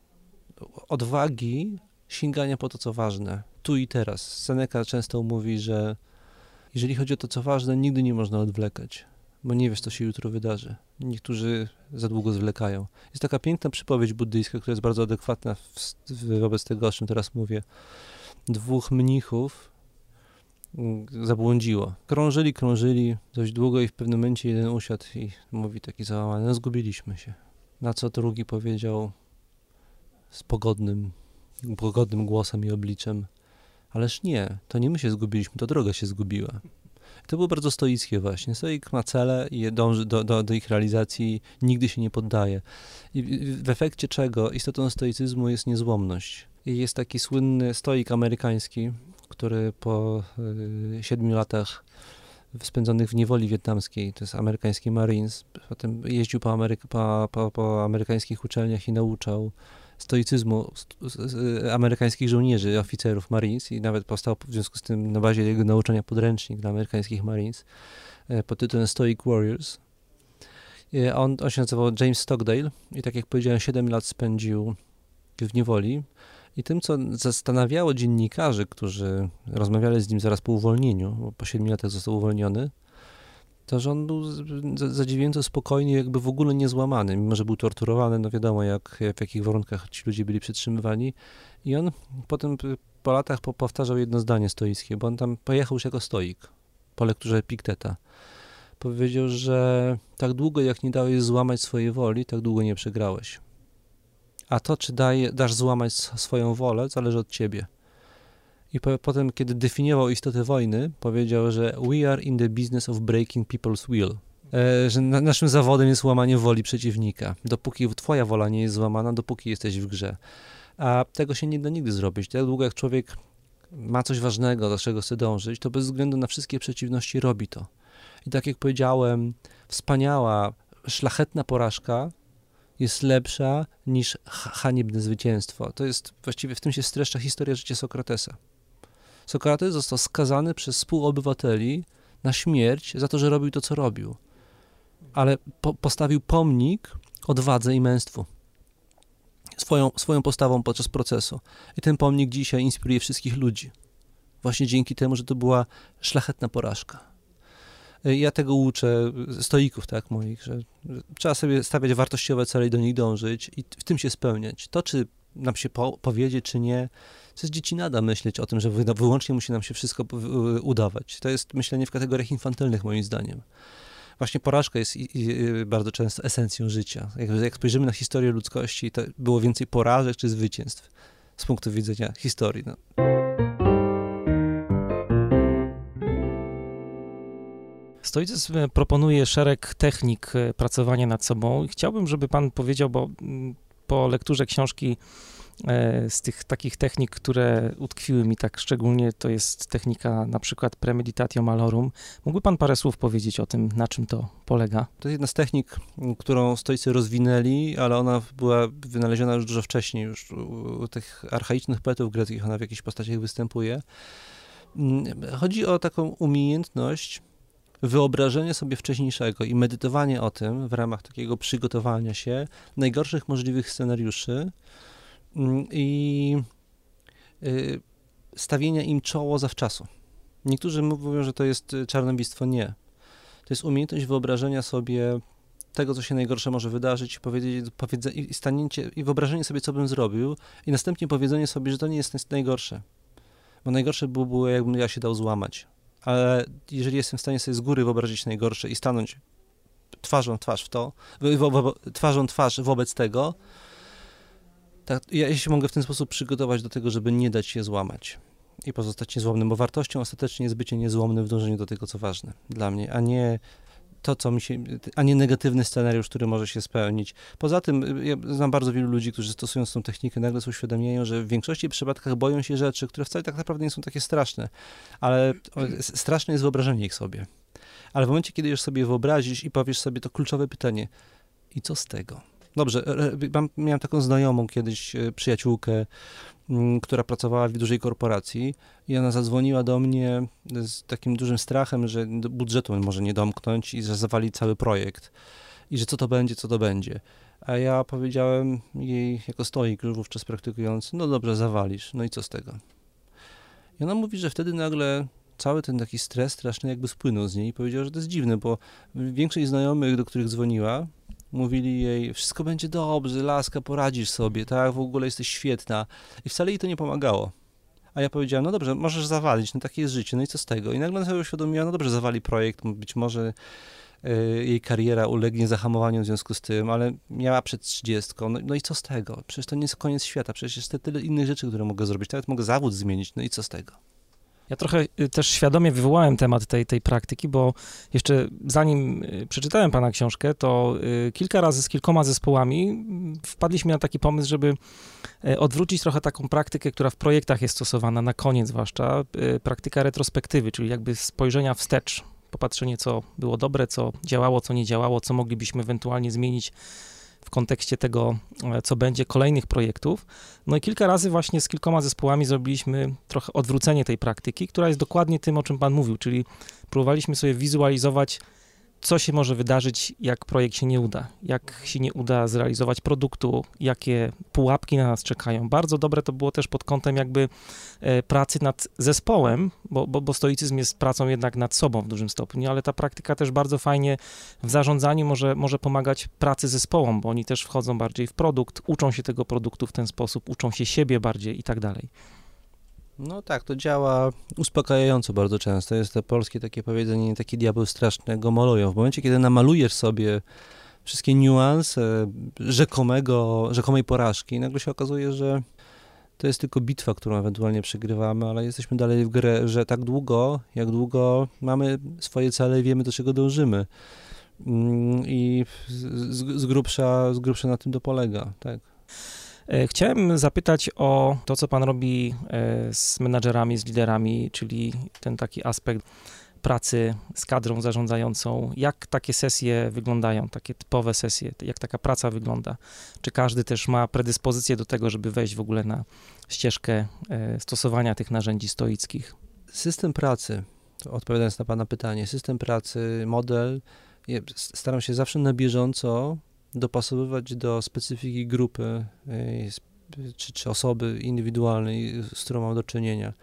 Odwagi sięgania po to, co ważne, tu i teraz. Seneca często mówi, że jeżeli chodzi o to, co ważne, nigdy nie można odwlekać, bo nie wiesz, co się jutro wydarzy. Niektórzy za długo zwlekają. Jest taka piękna przypowieść buddyjska, która jest bardzo adekwatna wobec tego, o czym teraz mówię. Dwóch mnichów zabłądziło. Krążyli dość długo i w pewnym momencie jeden usiadł i mówi taki załamany, no zgubiliśmy się. Na co drugi powiedział z pogodnym głosem i obliczem, ależ nie, to nie my się zgubiliśmy, to droga się zgubiła. To było bardzo stoickie właśnie. Stoik ma cele i dąży do ich realizacji, nigdy się nie poddaje. I w efekcie czego istotą stoicyzmu jest niezłomność. I jest taki słynny stoik amerykański, który po 7 latach spędzonych w niewoli wietnamskiej, to jest amerykański Marines, potem jeździł po amerykańskich uczelniach i nauczał stoicyzmu amerykańskich żołnierzy, oficerów Marines i nawet powstał w związku z tym na bazie jego nauczania podręcznik dla amerykańskich Marines pod tytułem Stoic Warriors. On się nazywał James Stockdale i tak jak powiedziałem 7 lat spędził w niewoli i tym, co zastanawiało dziennikarzy, którzy rozmawiali z nim zaraz po uwolnieniu, bo po 7 latach został uwolniony, to, że on był zadziwiająco spokojny, jakby w ogóle niezłamany, mimo że był torturowany, no wiadomo w jakich warunkach ci ludzie byli przetrzymywani i on potem po latach powtarzał jedno zdanie stoickie, bo on tam pojechał już jako stoik po lekturze Epikteta. Powiedział, że tak długo jak nie dałeś złamać swojej woli, tak długo nie przegrałeś. A to, czy dasz złamać swoją wolę, zależy od ciebie. I potem, kiedy definiował istotę wojny, powiedział, że we are in the business of breaking people's will. Że naszym zawodem jest łamanie woli przeciwnika. Dopóki twoja wola nie jest złamana, dopóki jesteś w grze. A tego się nie da nigdy zrobić. Tak długo jak człowiek ma coś ważnego, do czego chce dążyć, to bez względu na wszystkie przeciwności robi to. I tak jak powiedziałem, wspaniała, szlachetna porażka jest lepsza niż haniebne zwycięstwo. To jest, właściwie w tym się streszcza historia życia Sokratesa. Sokrates został skazany przez współobywateli na śmierć za to, że robił to, co robił. Ale postawił pomnik odwadze i męstwu. Swoją postawą podczas procesu. I ten pomnik dzisiaj inspiruje wszystkich ludzi. Właśnie dzięki temu, że to była szlachetna porażka. Ja tego uczę stoików, tak, moich, że trzeba sobie stawiać wartościowe cele i do nich dążyć i w tym się spełniać. To, czy nam się powiedzie, czy nie, to jest dziecinada myśleć o tym, że wyłącznie musi nam się wszystko udawać. To jest myślenie w kategoriach infantylnych, moim zdaniem. Właśnie porażka jest bardzo często esencją życia. Jak spojrzymy na historię ludzkości, to było więcej porażek czy zwycięstw z punktu widzenia historii. No. Stoicyzm proponuje szereg technik pracowania nad sobą i chciałbym, żeby pan powiedział, bo po lekturze książki z tych takich technik, które utkwiły mi tak szczególnie, to jest technika na przykład premeditatio malorum. Mógłby pan parę słów powiedzieć o tym, na czym to polega? To jest jedna z technik, którą stoicy rozwinęli, ale ona była wynaleziona już dużo wcześniej, już u tych archaicznych poetów greckich, ona w jakichś postaciach występuje. Chodzi o taką umiejętność wyobrażenie sobie wcześniejszego i medytowanie o tym w ramach takiego przygotowania się najgorszych możliwych scenariuszy i stawienia im czoło zawczasu. Niektórzy mówią, że to jest czarnobictwo. Nie. To jest umiejętność wyobrażenia sobie tego, co się najgorsze może wydarzyć, i wyobrażenie sobie, co bym zrobił i następnie powiedzenie sobie, że to nie jest najgorsze. Bo najgorsze było, jakbym ja się dał złamać. Ale jeżeli jestem w stanie sobie z góry wyobrazić najgorsze i stanąć twarzą twarz wobec tego, tak, ja się mogę w ten sposób przygotować do tego, żeby nie dać się złamać i pozostać niezłomnym, bo wartością ostatecznie jest bycie niezłomnym w dążeniu do tego, co ważne dla mnie, a nie to, a nie negatywny scenariusz, który może się spełnić. Poza tym, ja znam bardzo wielu ludzi, którzy stosując tą technikę, nagle sobie uświadamiają, że w większości przypadkach boją się rzeczy, które wcale tak naprawdę nie są takie straszne, ale straszne jest wyobrażenie ich sobie. Ale w momencie, kiedy już sobie wyobrazisz i powiesz sobie to kluczowe pytanie, i co z tego? Dobrze, miałem taką znajomą kiedyś, przyjaciółkę, która pracowała w dużej korporacji i ona zadzwoniła do mnie z takim dużym strachem, że budżetu może nie domknąć i że zawali cały projekt i że co to będzie. A ja powiedziałem jej jako stoik, już wówczas praktykujący, no dobrze, zawalisz, no i co z tego? I ona mówi, że wtedy nagle cały ten taki stres straszny jakby spłynął z niej i powiedziała, że to jest dziwne, bo większość znajomych, do których dzwoniła, mówili jej, wszystko będzie dobrze, laska, poradzisz sobie, tak, w ogóle jesteś świetna. I wcale jej to nie pomagało. A ja powiedziałem, no dobrze, możesz zawalić, no takie jest życie, no i co z tego? I nagle ona sobie uświadomiła, no dobrze, zawali projekt, być może jej kariera ulegnie zahamowaniu w związku z tym, ale miała przed 30, no i co z tego? Przecież to nie jest koniec świata, przecież jest tyle innych rzeczy, które mogę zrobić, nawet mogę zawód zmienić, no i co z tego? Ja trochę też świadomie wywołałem temat tej praktyki, bo jeszcze zanim przeczytałem pana książkę, to kilka razy z kilkoma zespołami wpadliśmy na taki pomysł, żeby odwrócić trochę taką praktykę, która w projektach jest stosowana, na koniec zwłaszcza, praktyka retrospektywy, czyli jakby spojrzenia wstecz, popatrzenie, co było dobre, co działało, co nie działało, co moglibyśmy ewentualnie zmienić w kontekście tego, co będzie, kolejnych projektów. No i kilka razy właśnie z kilkoma zespołami zrobiliśmy trochę odwrócenie tej praktyki, która jest dokładnie tym, o czym pan mówił, czyli próbowaliśmy sobie wizualizować, co się może wydarzyć, jak projekt się nie uda, jak się nie uda zrealizować produktu, jakie pułapki na nas czekają. Bardzo dobre to było też pod kątem jakby pracy nad zespołem, bo stoicyzm jest pracą jednak nad sobą w dużym stopniu, ale ta praktyka też bardzo fajnie w zarządzaniu może pomagać pracy zespołom, bo oni też wchodzą bardziej w produkt, uczą się tego produktu w ten sposób, uczą się siebie bardziej i tak dalej. No tak, to działa uspokajająco bardzo często. Jest to polskie takie powiedzenie, taki diabeł straszny go malują. W momencie, kiedy namalujesz sobie wszystkie niuanse rzekomej porażki, nagle się okazuje, że to jest tylko bitwa, którą ewentualnie przegrywamy, ale jesteśmy dalej w grze, że tak długo, jak długo mamy swoje cele i wiemy, do czego dążymy. I z grubsza na tym to polega, tak. Chciałem zapytać o to, co pan robi z menadżerami, z liderami, czyli ten taki aspekt pracy z kadrą zarządzającą. Jak takie sesje wyglądają, takie typowe sesje, jak taka praca wygląda? Czy każdy też ma predyspozycję do tego, żeby wejść w ogóle na ścieżkę stosowania tych narzędzi stoickich? System pracy, odpowiadając na pana pytanie, system pracy, model, staram się zawsze na bieżąco dopasowywać do specyfiki grupy czy osoby indywidualnej, z którą mam do czynienia,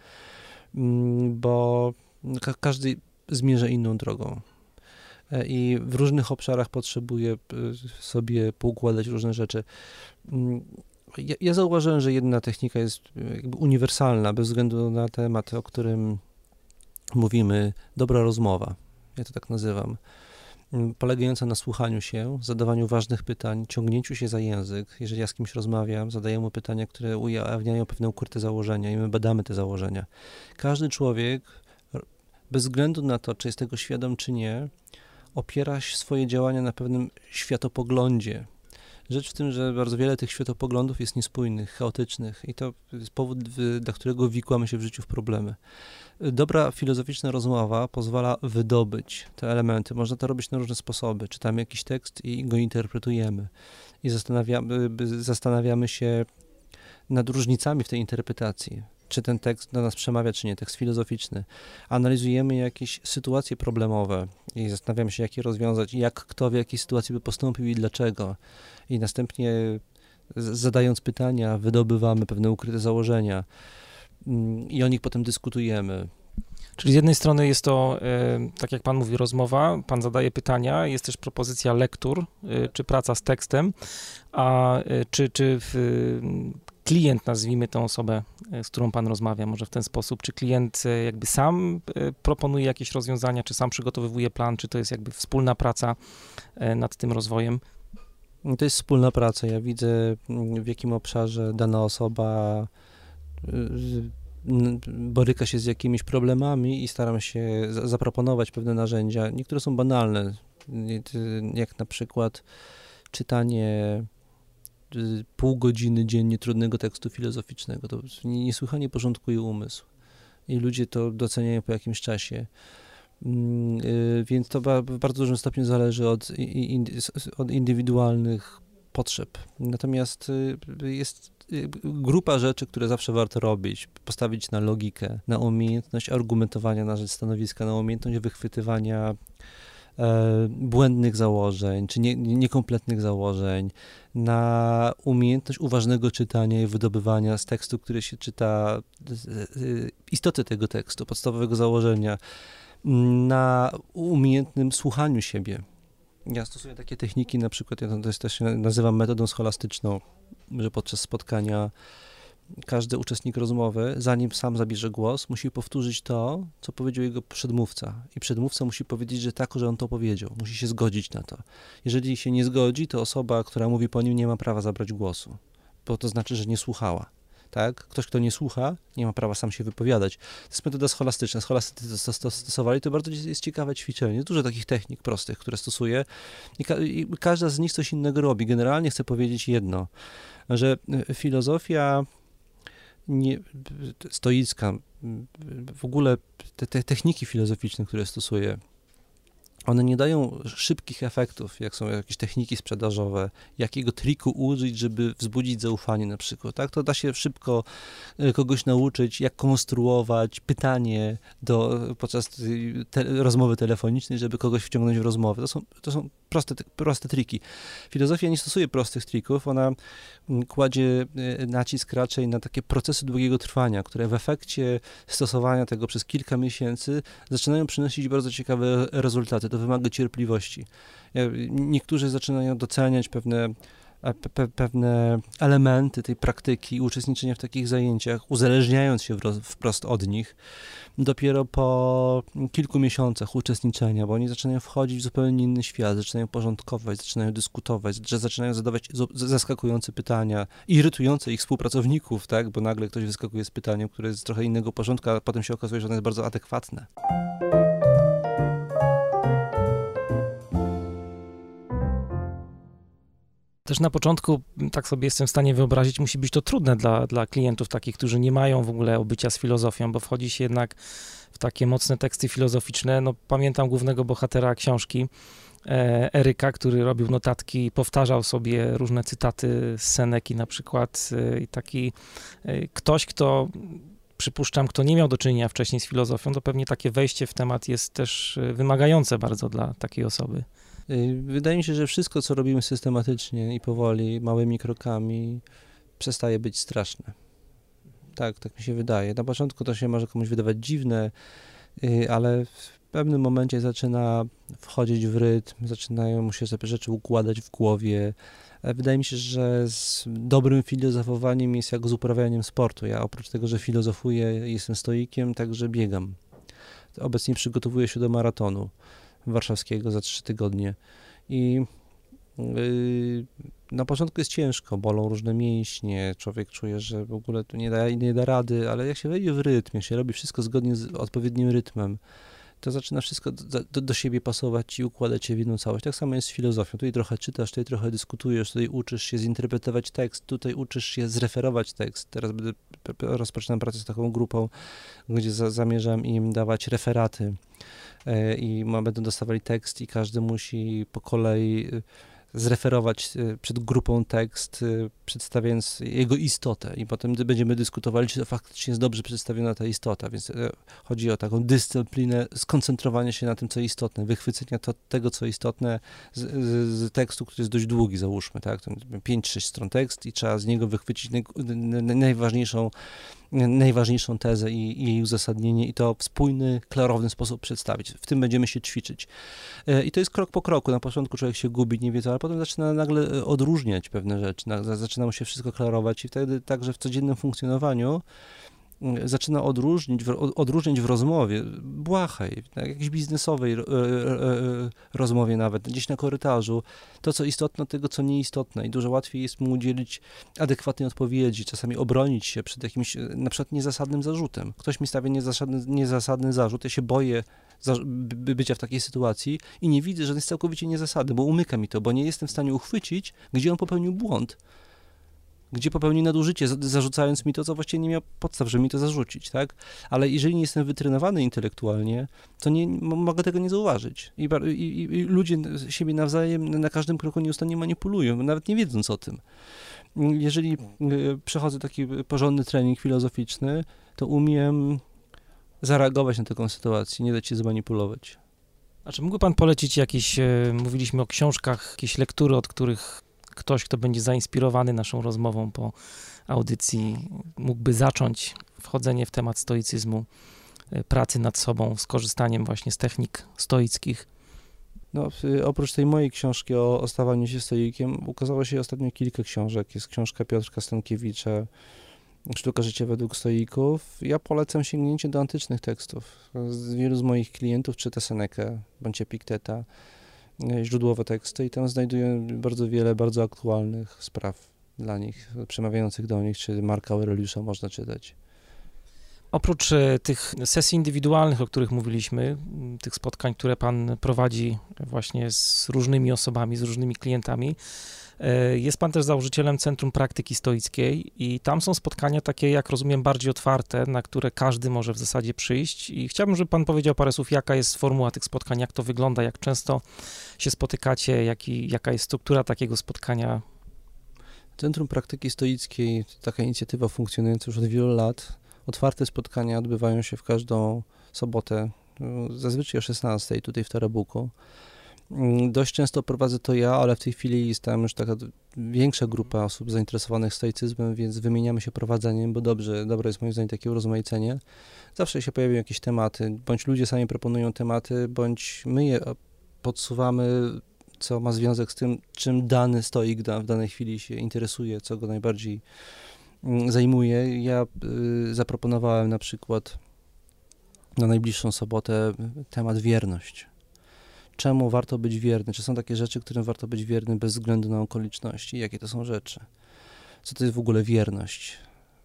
bo każdy zmierza inną drogą i w różnych obszarach potrzebuje sobie poukładać różne rzeczy. Ja zauważyłem, że jedna technika jest jakby uniwersalna, bez względu na temat, o którym mówimy, dobra rozmowa, ja to tak nazywam, polegająca na słuchaniu się, zadawaniu ważnych pytań, ciągnięciu się za język. Jeżeli ja z kimś rozmawiam, zadaję mu pytania, które ujawniają pewne ukryte założenia i my badamy te założenia. Każdy człowiek, bez względu na to, czy jest tego świadom, czy nie, opiera swoje działania na pewnym światopoglądzie. Rzecz w tym, że bardzo wiele tych światopoglądów jest niespójnych, chaotycznych i to jest powód, dla którego wikłamy się w życiu w problemy. Dobra filozoficzna rozmowa pozwala wydobyć te elementy. Można to robić na różne sposoby. Czytamy jakiś tekst i go interpretujemy. I zastanawiamy się nad różnicami w tej interpretacji. Czy ten tekst do nas przemawia, czy nie, tekst filozoficzny. Analizujemy jakieś sytuacje problemowe i zastanawiamy się, jak je rozwiązać, jak kto w jakiej sytuacji by postąpił i dlaczego. I następnie zadając pytania, wydobywamy pewne ukryte założenia i o nich potem dyskutujemy. Czyli z jednej strony jest to, tak jak pan mówi, rozmowa, pan zadaje pytania, jest też propozycja lektur, czy praca z tekstem, a czy klient, nazwijmy tę osobę, z którą pan rozmawia, może w ten sposób, czy klient jakby sam proponuje jakieś rozwiązania, czy sam przygotowuje plan, czy to jest jakby wspólna praca nad tym rozwojem? To jest wspólna praca. Ja widzę, w jakim obszarze dana osoba boryka się z jakimiś problemami i staram się zaproponować pewne narzędzia. Niektóre są banalne, jak na przykład czytanie pół godziny dziennie trudnego tekstu filozoficznego. To niesłychanie porządkuje umysł i ludzie to doceniają po jakimś czasie. Więc to w bardzo dużym stopniu zależy od indywidualnych potrzeb. Natomiast jest grupa rzeczy, które zawsze warto robić. Postawić na logikę, na umiejętność argumentowania na rzecz stanowiska, na umiejętność wychwytywania błędnych założeń, czy niekompletnych założeń, na umiejętność uważnego czytania i wydobywania z tekstu, który się czyta, istoty tego tekstu, podstawowego założenia, na umiejętnym słuchaniu siebie. Ja stosuję takie techniki, na przykład, ja to też nazywam metodą scholastyczną, że podczas spotkania każdy uczestnik rozmowy, zanim sam zabierze głos, musi powtórzyć to, co powiedział jego przedmówca. I przedmówca musi powiedzieć, że tak, że on to powiedział. Musi się zgodzić na to. Jeżeli się nie zgodzi, to osoba, która mówi po nim, nie ma prawa zabrać głosu, bo to znaczy, że nie słuchała. tak? Ktoś, kto nie słucha, nie ma prawa sam się wypowiadać. To jest metoda scholastyczna. Scholastycy to stosowali, to bardzo jest ciekawe ćwiczenie. Jest dużo takich technik prostych, które stosuję i każda z nich coś innego robi. Generalnie chcę powiedzieć jedno, że filozofia stoicka, w ogóle te techniki filozoficzne, które stosuję, one nie dają szybkich efektów, jak są jakieś techniki sprzedażowe, jakiego triku użyć, żeby wzbudzić zaufanie na przykład, tak? To da się szybko kogoś nauczyć, jak konstruować pytanie podczas rozmowy telefonicznej, żeby kogoś wciągnąć w rozmowę. To są proste triki. Filozofia nie stosuje prostych trików, ona kładzie nacisk raczej na takie procesy długiego trwania, które w efekcie stosowania tego przez kilka miesięcy zaczynają przynosić bardzo ciekawe rezultaty. To wymaga cierpliwości. Niektórzy zaczynają doceniać pewne elementy tej praktyki, uczestniczenia w takich zajęciach, uzależniając się wprost od nich, dopiero po kilku miesiącach uczestniczenia, bo oni zaczynają wchodzić w zupełnie inny świat, zaczynają porządkować, zaczynają dyskutować, zaczynają zadawać zaskakujące pytania, irytujące ich współpracowników, tak, bo nagle ktoś wyskakuje z pytaniem, które jest z trochę innego porządku, a potem się okazuje, że ono jest bardzo adekwatne. Też na początku, tak sobie jestem w stanie wyobrazić, musi być to trudne dla klientów takich, którzy nie mają w ogóle obycia z filozofią, bo wchodzi się jednak w takie mocne teksty filozoficzne. No, pamiętam głównego bohatera książki, Eryka, który robił notatki i powtarzał sobie różne cytaty z Seneki na przykład. I taki ktoś, kto, przypuszczam, kto nie miał do czynienia wcześniej z filozofią, to pewnie takie wejście w temat jest też wymagające bardzo dla takiej osoby. Wydaje mi się, że wszystko, co robimy systematycznie i powoli, małymi krokami, przestaje być straszne. Tak mi się wydaje. Na początku to się może komuś wydawać dziwne, ale w pewnym momencie zaczyna wchodzić w rytm, zaczynają mu się rzeczy układać w głowie. Wydaje mi się, że z dobrym filozofowaniem jest jak z uprawianiem sportu. Ja oprócz tego, że filozofuję, jestem stoikiem, także biegam. Obecnie przygotowuję się do maratonu warszawskiego za 3 tygodnie i na początku jest ciężko, bolą różne mięśnie, człowiek czuje, że w ogóle tu nie da rady, ale jak się wejdzie w rytm, jak się robi wszystko zgodnie z odpowiednim rytmem, to zaczyna wszystko do siebie pasować i układać się w jedną całość. Tak samo jest z filozofią. Tutaj trochę czytasz, tutaj trochę dyskutujesz, tutaj uczysz się zinterpretować tekst, tutaj uczysz się zreferować tekst. Teraz rozpoczynam pracę z taką grupą, gdzie zamierzam im dawać referaty i będą dostawali tekst i każdy musi po kolei zreferować przed grupą tekst, przedstawiając jego istotę i potem będziemy dyskutowali, czy to faktycznie jest dobrze przedstawiona ta istota, więc chodzi o taką dyscyplinę skoncentrowania się na tym, co istotne, wychwycenia tego, co istotne z tekstu, który jest dość długi, załóżmy, tak, 5-6 stron tekst i trzeba z niego wychwycić najważniejszą tezę i jej uzasadnienie i to w spójny, klarowny sposób przedstawić. W tym będziemy się ćwiczyć. I to jest krok po kroku. Na początku człowiek się gubi, nie wie co, ale potem zaczyna nagle odróżniać pewne rzeczy, zaczyna mu się wszystko klarować i wtedy także w codziennym funkcjonowaniu zaczyna odróżniać w rozmowie, błahej, jakiejś biznesowej rozmowie nawet, gdzieś na korytarzu, to co istotne, tego co nieistotne i dużo łatwiej jest mu udzielić adekwatnej odpowiedzi, czasami obronić się przed jakimś na przykład niezasadnym zarzutem. Ktoś mi stawia niezasadny zarzut, ja się boję bycia w takiej sytuacji i nie widzę, że to jest całkowicie niezasadny, bo umyka mi to, bo nie jestem w stanie uchwycić, gdzie on popełnił błąd. Gdzie popełni nadużycie, zarzucając mi to, co właściwie nie miał podstaw, żeby mi to zarzucić, tak? Ale jeżeli nie jestem wytrenowany intelektualnie, to mogę tego nie zauważyć. I ludzie siebie nawzajem na każdym kroku nieustannie manipulują, nawet nie wiedząc o tym. Jeżeli przechodzę taki porządny trening filozoficzny, to umiem zareagować na taką sytuację, nie dać się zmanipulować. A czy mógłby pan polecić jakieś, mówiliśmy o książkach, jakieś lektury, od których ktoś, kto będzie zainspirowany naszą rozmową po audycji, mógłby zacząć wchodzenie w temat stoicyzmu, pracy nad sobą, z korzystaniem właśnie z technik stoickich? No, oprócz tej mojej książki o stawaniu się stoikiem, ukazało się ostatnio kilka książek. Jest książka Piotrka Stankiewicza, Sztuka życia według stoików. Ja polecam sięgnięcie do antycznych tekstów. Wielu z moich klientów czyta Senekę bądź Epikteta, źródłowe teksty i tam znajduję bardzo wiele bardzo aktualnych spraw. dla nich, przemawiających do nich, czy Marka Aureliusza można czytać. Oprócz tych sesji indywidualnych, o których mówiliśmy, tych spotkań, które pan prowadzi właśnie z różnymi osobami, z różnymi klientami, jest pan też założycielem Centrum Praktyki Stoickiej i tam są spotkania takie, jak rozumiem, bardziej otwarte, na które każdy może w zasadzie przyjść i chciałbym, żeby pan powiedział parę słów, jaka jest formuła tych spotkań, jak to wygląda, jak często się spotykacie, jaka jest struktura takiego spotkania. Centrum Praktyki Stoickiej to taka inicjatywa funkcjonująca już od wielu lat. Otwarte spotkania odbywają się w każdą sobotę, zazwyczaj o 16:00 tutaj w Tarabuku. Dość często prowadzę to ja, ale w tej chwili jest tam już taka większa grupa osób zainteresowanych stoicyzmem, więc wymieniamy się prowadzeniem, bo dobre jest moim zdaniem takie urozmaicenie. Zawsze się pojawiają jakieś tematy, bądź ludzie sami proponują tematy, bądź my je podsuwamy, co ma związek z tym, czym dany stoik w danej chwili się interesuje, co go najbardziej zajmuje. Ja zaproponowałem na przykład na najbliższą sobotę temat wierność. Czemu warto być wierny? Czy są takie rzeczy, którym warto być wierny bez względu na okoliczności? Jakie to są rzeczy? Co to jest w ogóle wierność?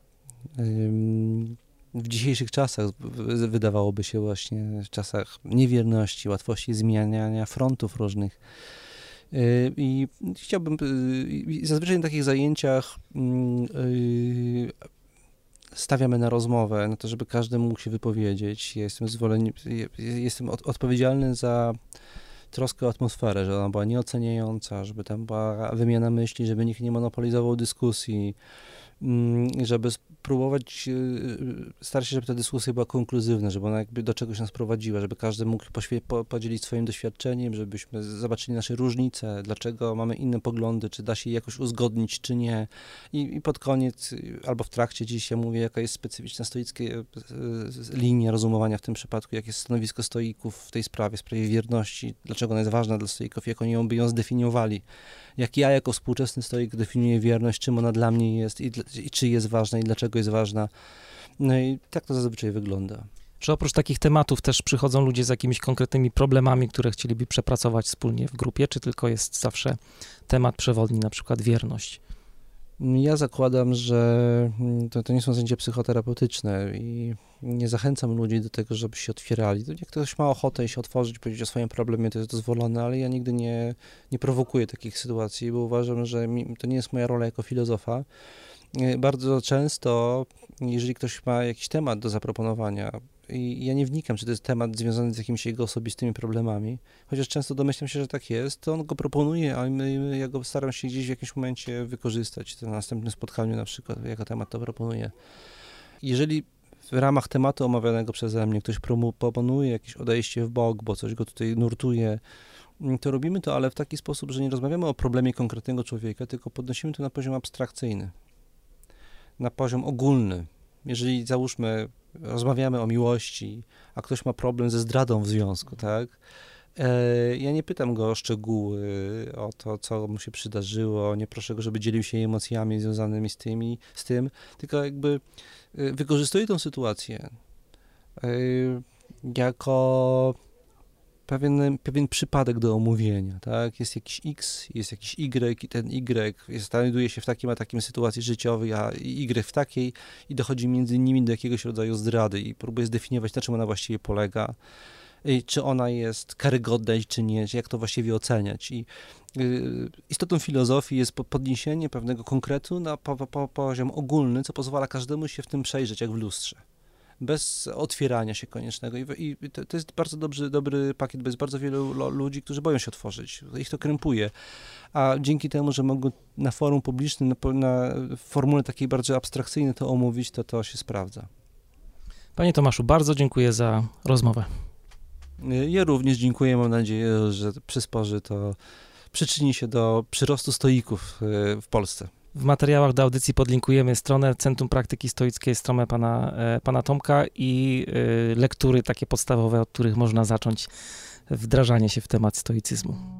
W dzisiejszych czasach, wydawałoby się właśnie, w czasach niewierności, łatwości zmieniania frontów różnych. I chciałbym, zazwyczaj na takich zajęciach stawiamy na rozmowę, na to, żeby każdy mógł się wypowiedzieć. Ja jestem odpowiedzialny za troskę o atmosferę, żeby ona była nieoceniająca, żeby tam była wymiana myśli, żeby nikt nie monopolizował dyskusji, żeby spróbować starać się, żeby ta dyskusja była konkluzywna, żeby ona jakby do czegoś nas prowadziła, żeby każdy mógł podzielić swoim doświadczeniem, żebyśmy zobaczyli nasze różnice, dlaczego mamy inne poglądy, czy da się je jakoś uzgodnić, czy nie. I pod koniec, albo w trakcie dziś ja mówię, jaka jest specyficzna stoicka linia rozumowania w tym przypadku, jakie jest stanowisko stoików w tej sprawie wierności, dlaczego ona jest ważna dla stoików, jak oni by ją zdefiniowali. Jak ja jako współczesny stoik definiuję wierność, czym ona dla mnie jest i czy jest ważna i dlaczego jest ważna. No i tak to zazwyczaj wygląda. Czy oprócz takich tematów też przychodzą ludzie z jakimiś konkretnymi problemami, które chcieliby przepracować wspólnie w grupie, czy tylko jest zawsze temat przewodni, na przykład wierność? Ja zakładam, że to nie są zajęcia psychoterapeutyczne i nie zachęcam ludzi do tego, żeby się otwierali. Jak ktoś ma ochotę się otworzyć, powiedzieć o swoim problemie, to jest dozwolone, ale ja nigdy nie prowokuję takich sytuacji, bo uważam, że to nie jest moja rola jako filozofa. Bardzo często, jeżeli ktoś ma jakiś temat do zaproponowania, i ja nie wnikam, czy to jest temat związany z jakimiś jego osobistymi problemami, chociaż często domyślam się, że tak jest, to on go proponuje, a ja go staram się gdzieś w jakimś momencie wykorzystać, na następnym spotkaniu na przykład, jako temat to proponuję. Jeżeli w ramach tematu omawianego przeze mnie ktoś proponuje jakieś odejście w bok, bo coś go tutaj nurtuje, to robimy to, ale w taki sposób, że nie rozmawiamy o problemie konkretnego człowieka, tylko podnosimy to na poziom abstrakcyjny, na poziom ogólny. Jeżeli, załóżmy, rozmawiamy o miłości, a ktoś ma problem ze zdradą w związku, tak? Ja nie pytam go o szczegóły, o to, co mu się przydarzyło, nie proszę go, żeby dzielił się emocjami związanymi z tym, tylko jakby wykorzystuję tę sytuację jako pewien przypadek do omówienia, tak? Jest jakiś X, jest jakiś Y i ten Y znajduje się w takim a takim sytuacji życiowej, a Y w takiej i dochodzi między nimi do jakiegoś rodzaju zdrady i próbuje zdefiniować, na czym ona właściwie polega, czy ona jest karygodna, czy nie, jak to właściwie oceniać. I istotą filozofii jest podniesienie pewnego konkretu na poziom ogólny, co pozwala każdemu się w tym przejrzeć, jak w lustrze. Bez otwierania się koniecznego. I to jest bardzo dobry pakiet, bo jest bardzo wielu ludzi, którzy boją się otworzyć. Ich to krępuje. A dzięki temu, że mogą na forum publicznym, na formule takiej bardzo abstrakcyjnej to omówić, to się sprawdza. Panie Tomaszu, bardzo dziękuję za rozmowę. Ja również dziękuję. Mam nadzieję, że przysporzy to przyczyni się do przyrostu stoików w Polsce. W materiałach do audycji podlinkujemy stronę Centrum Praktyki Stoickiej, stronę pana Tomka i lektury takie podstawowe, od których można zacząć wdrażanie się w temat stoicyzmu.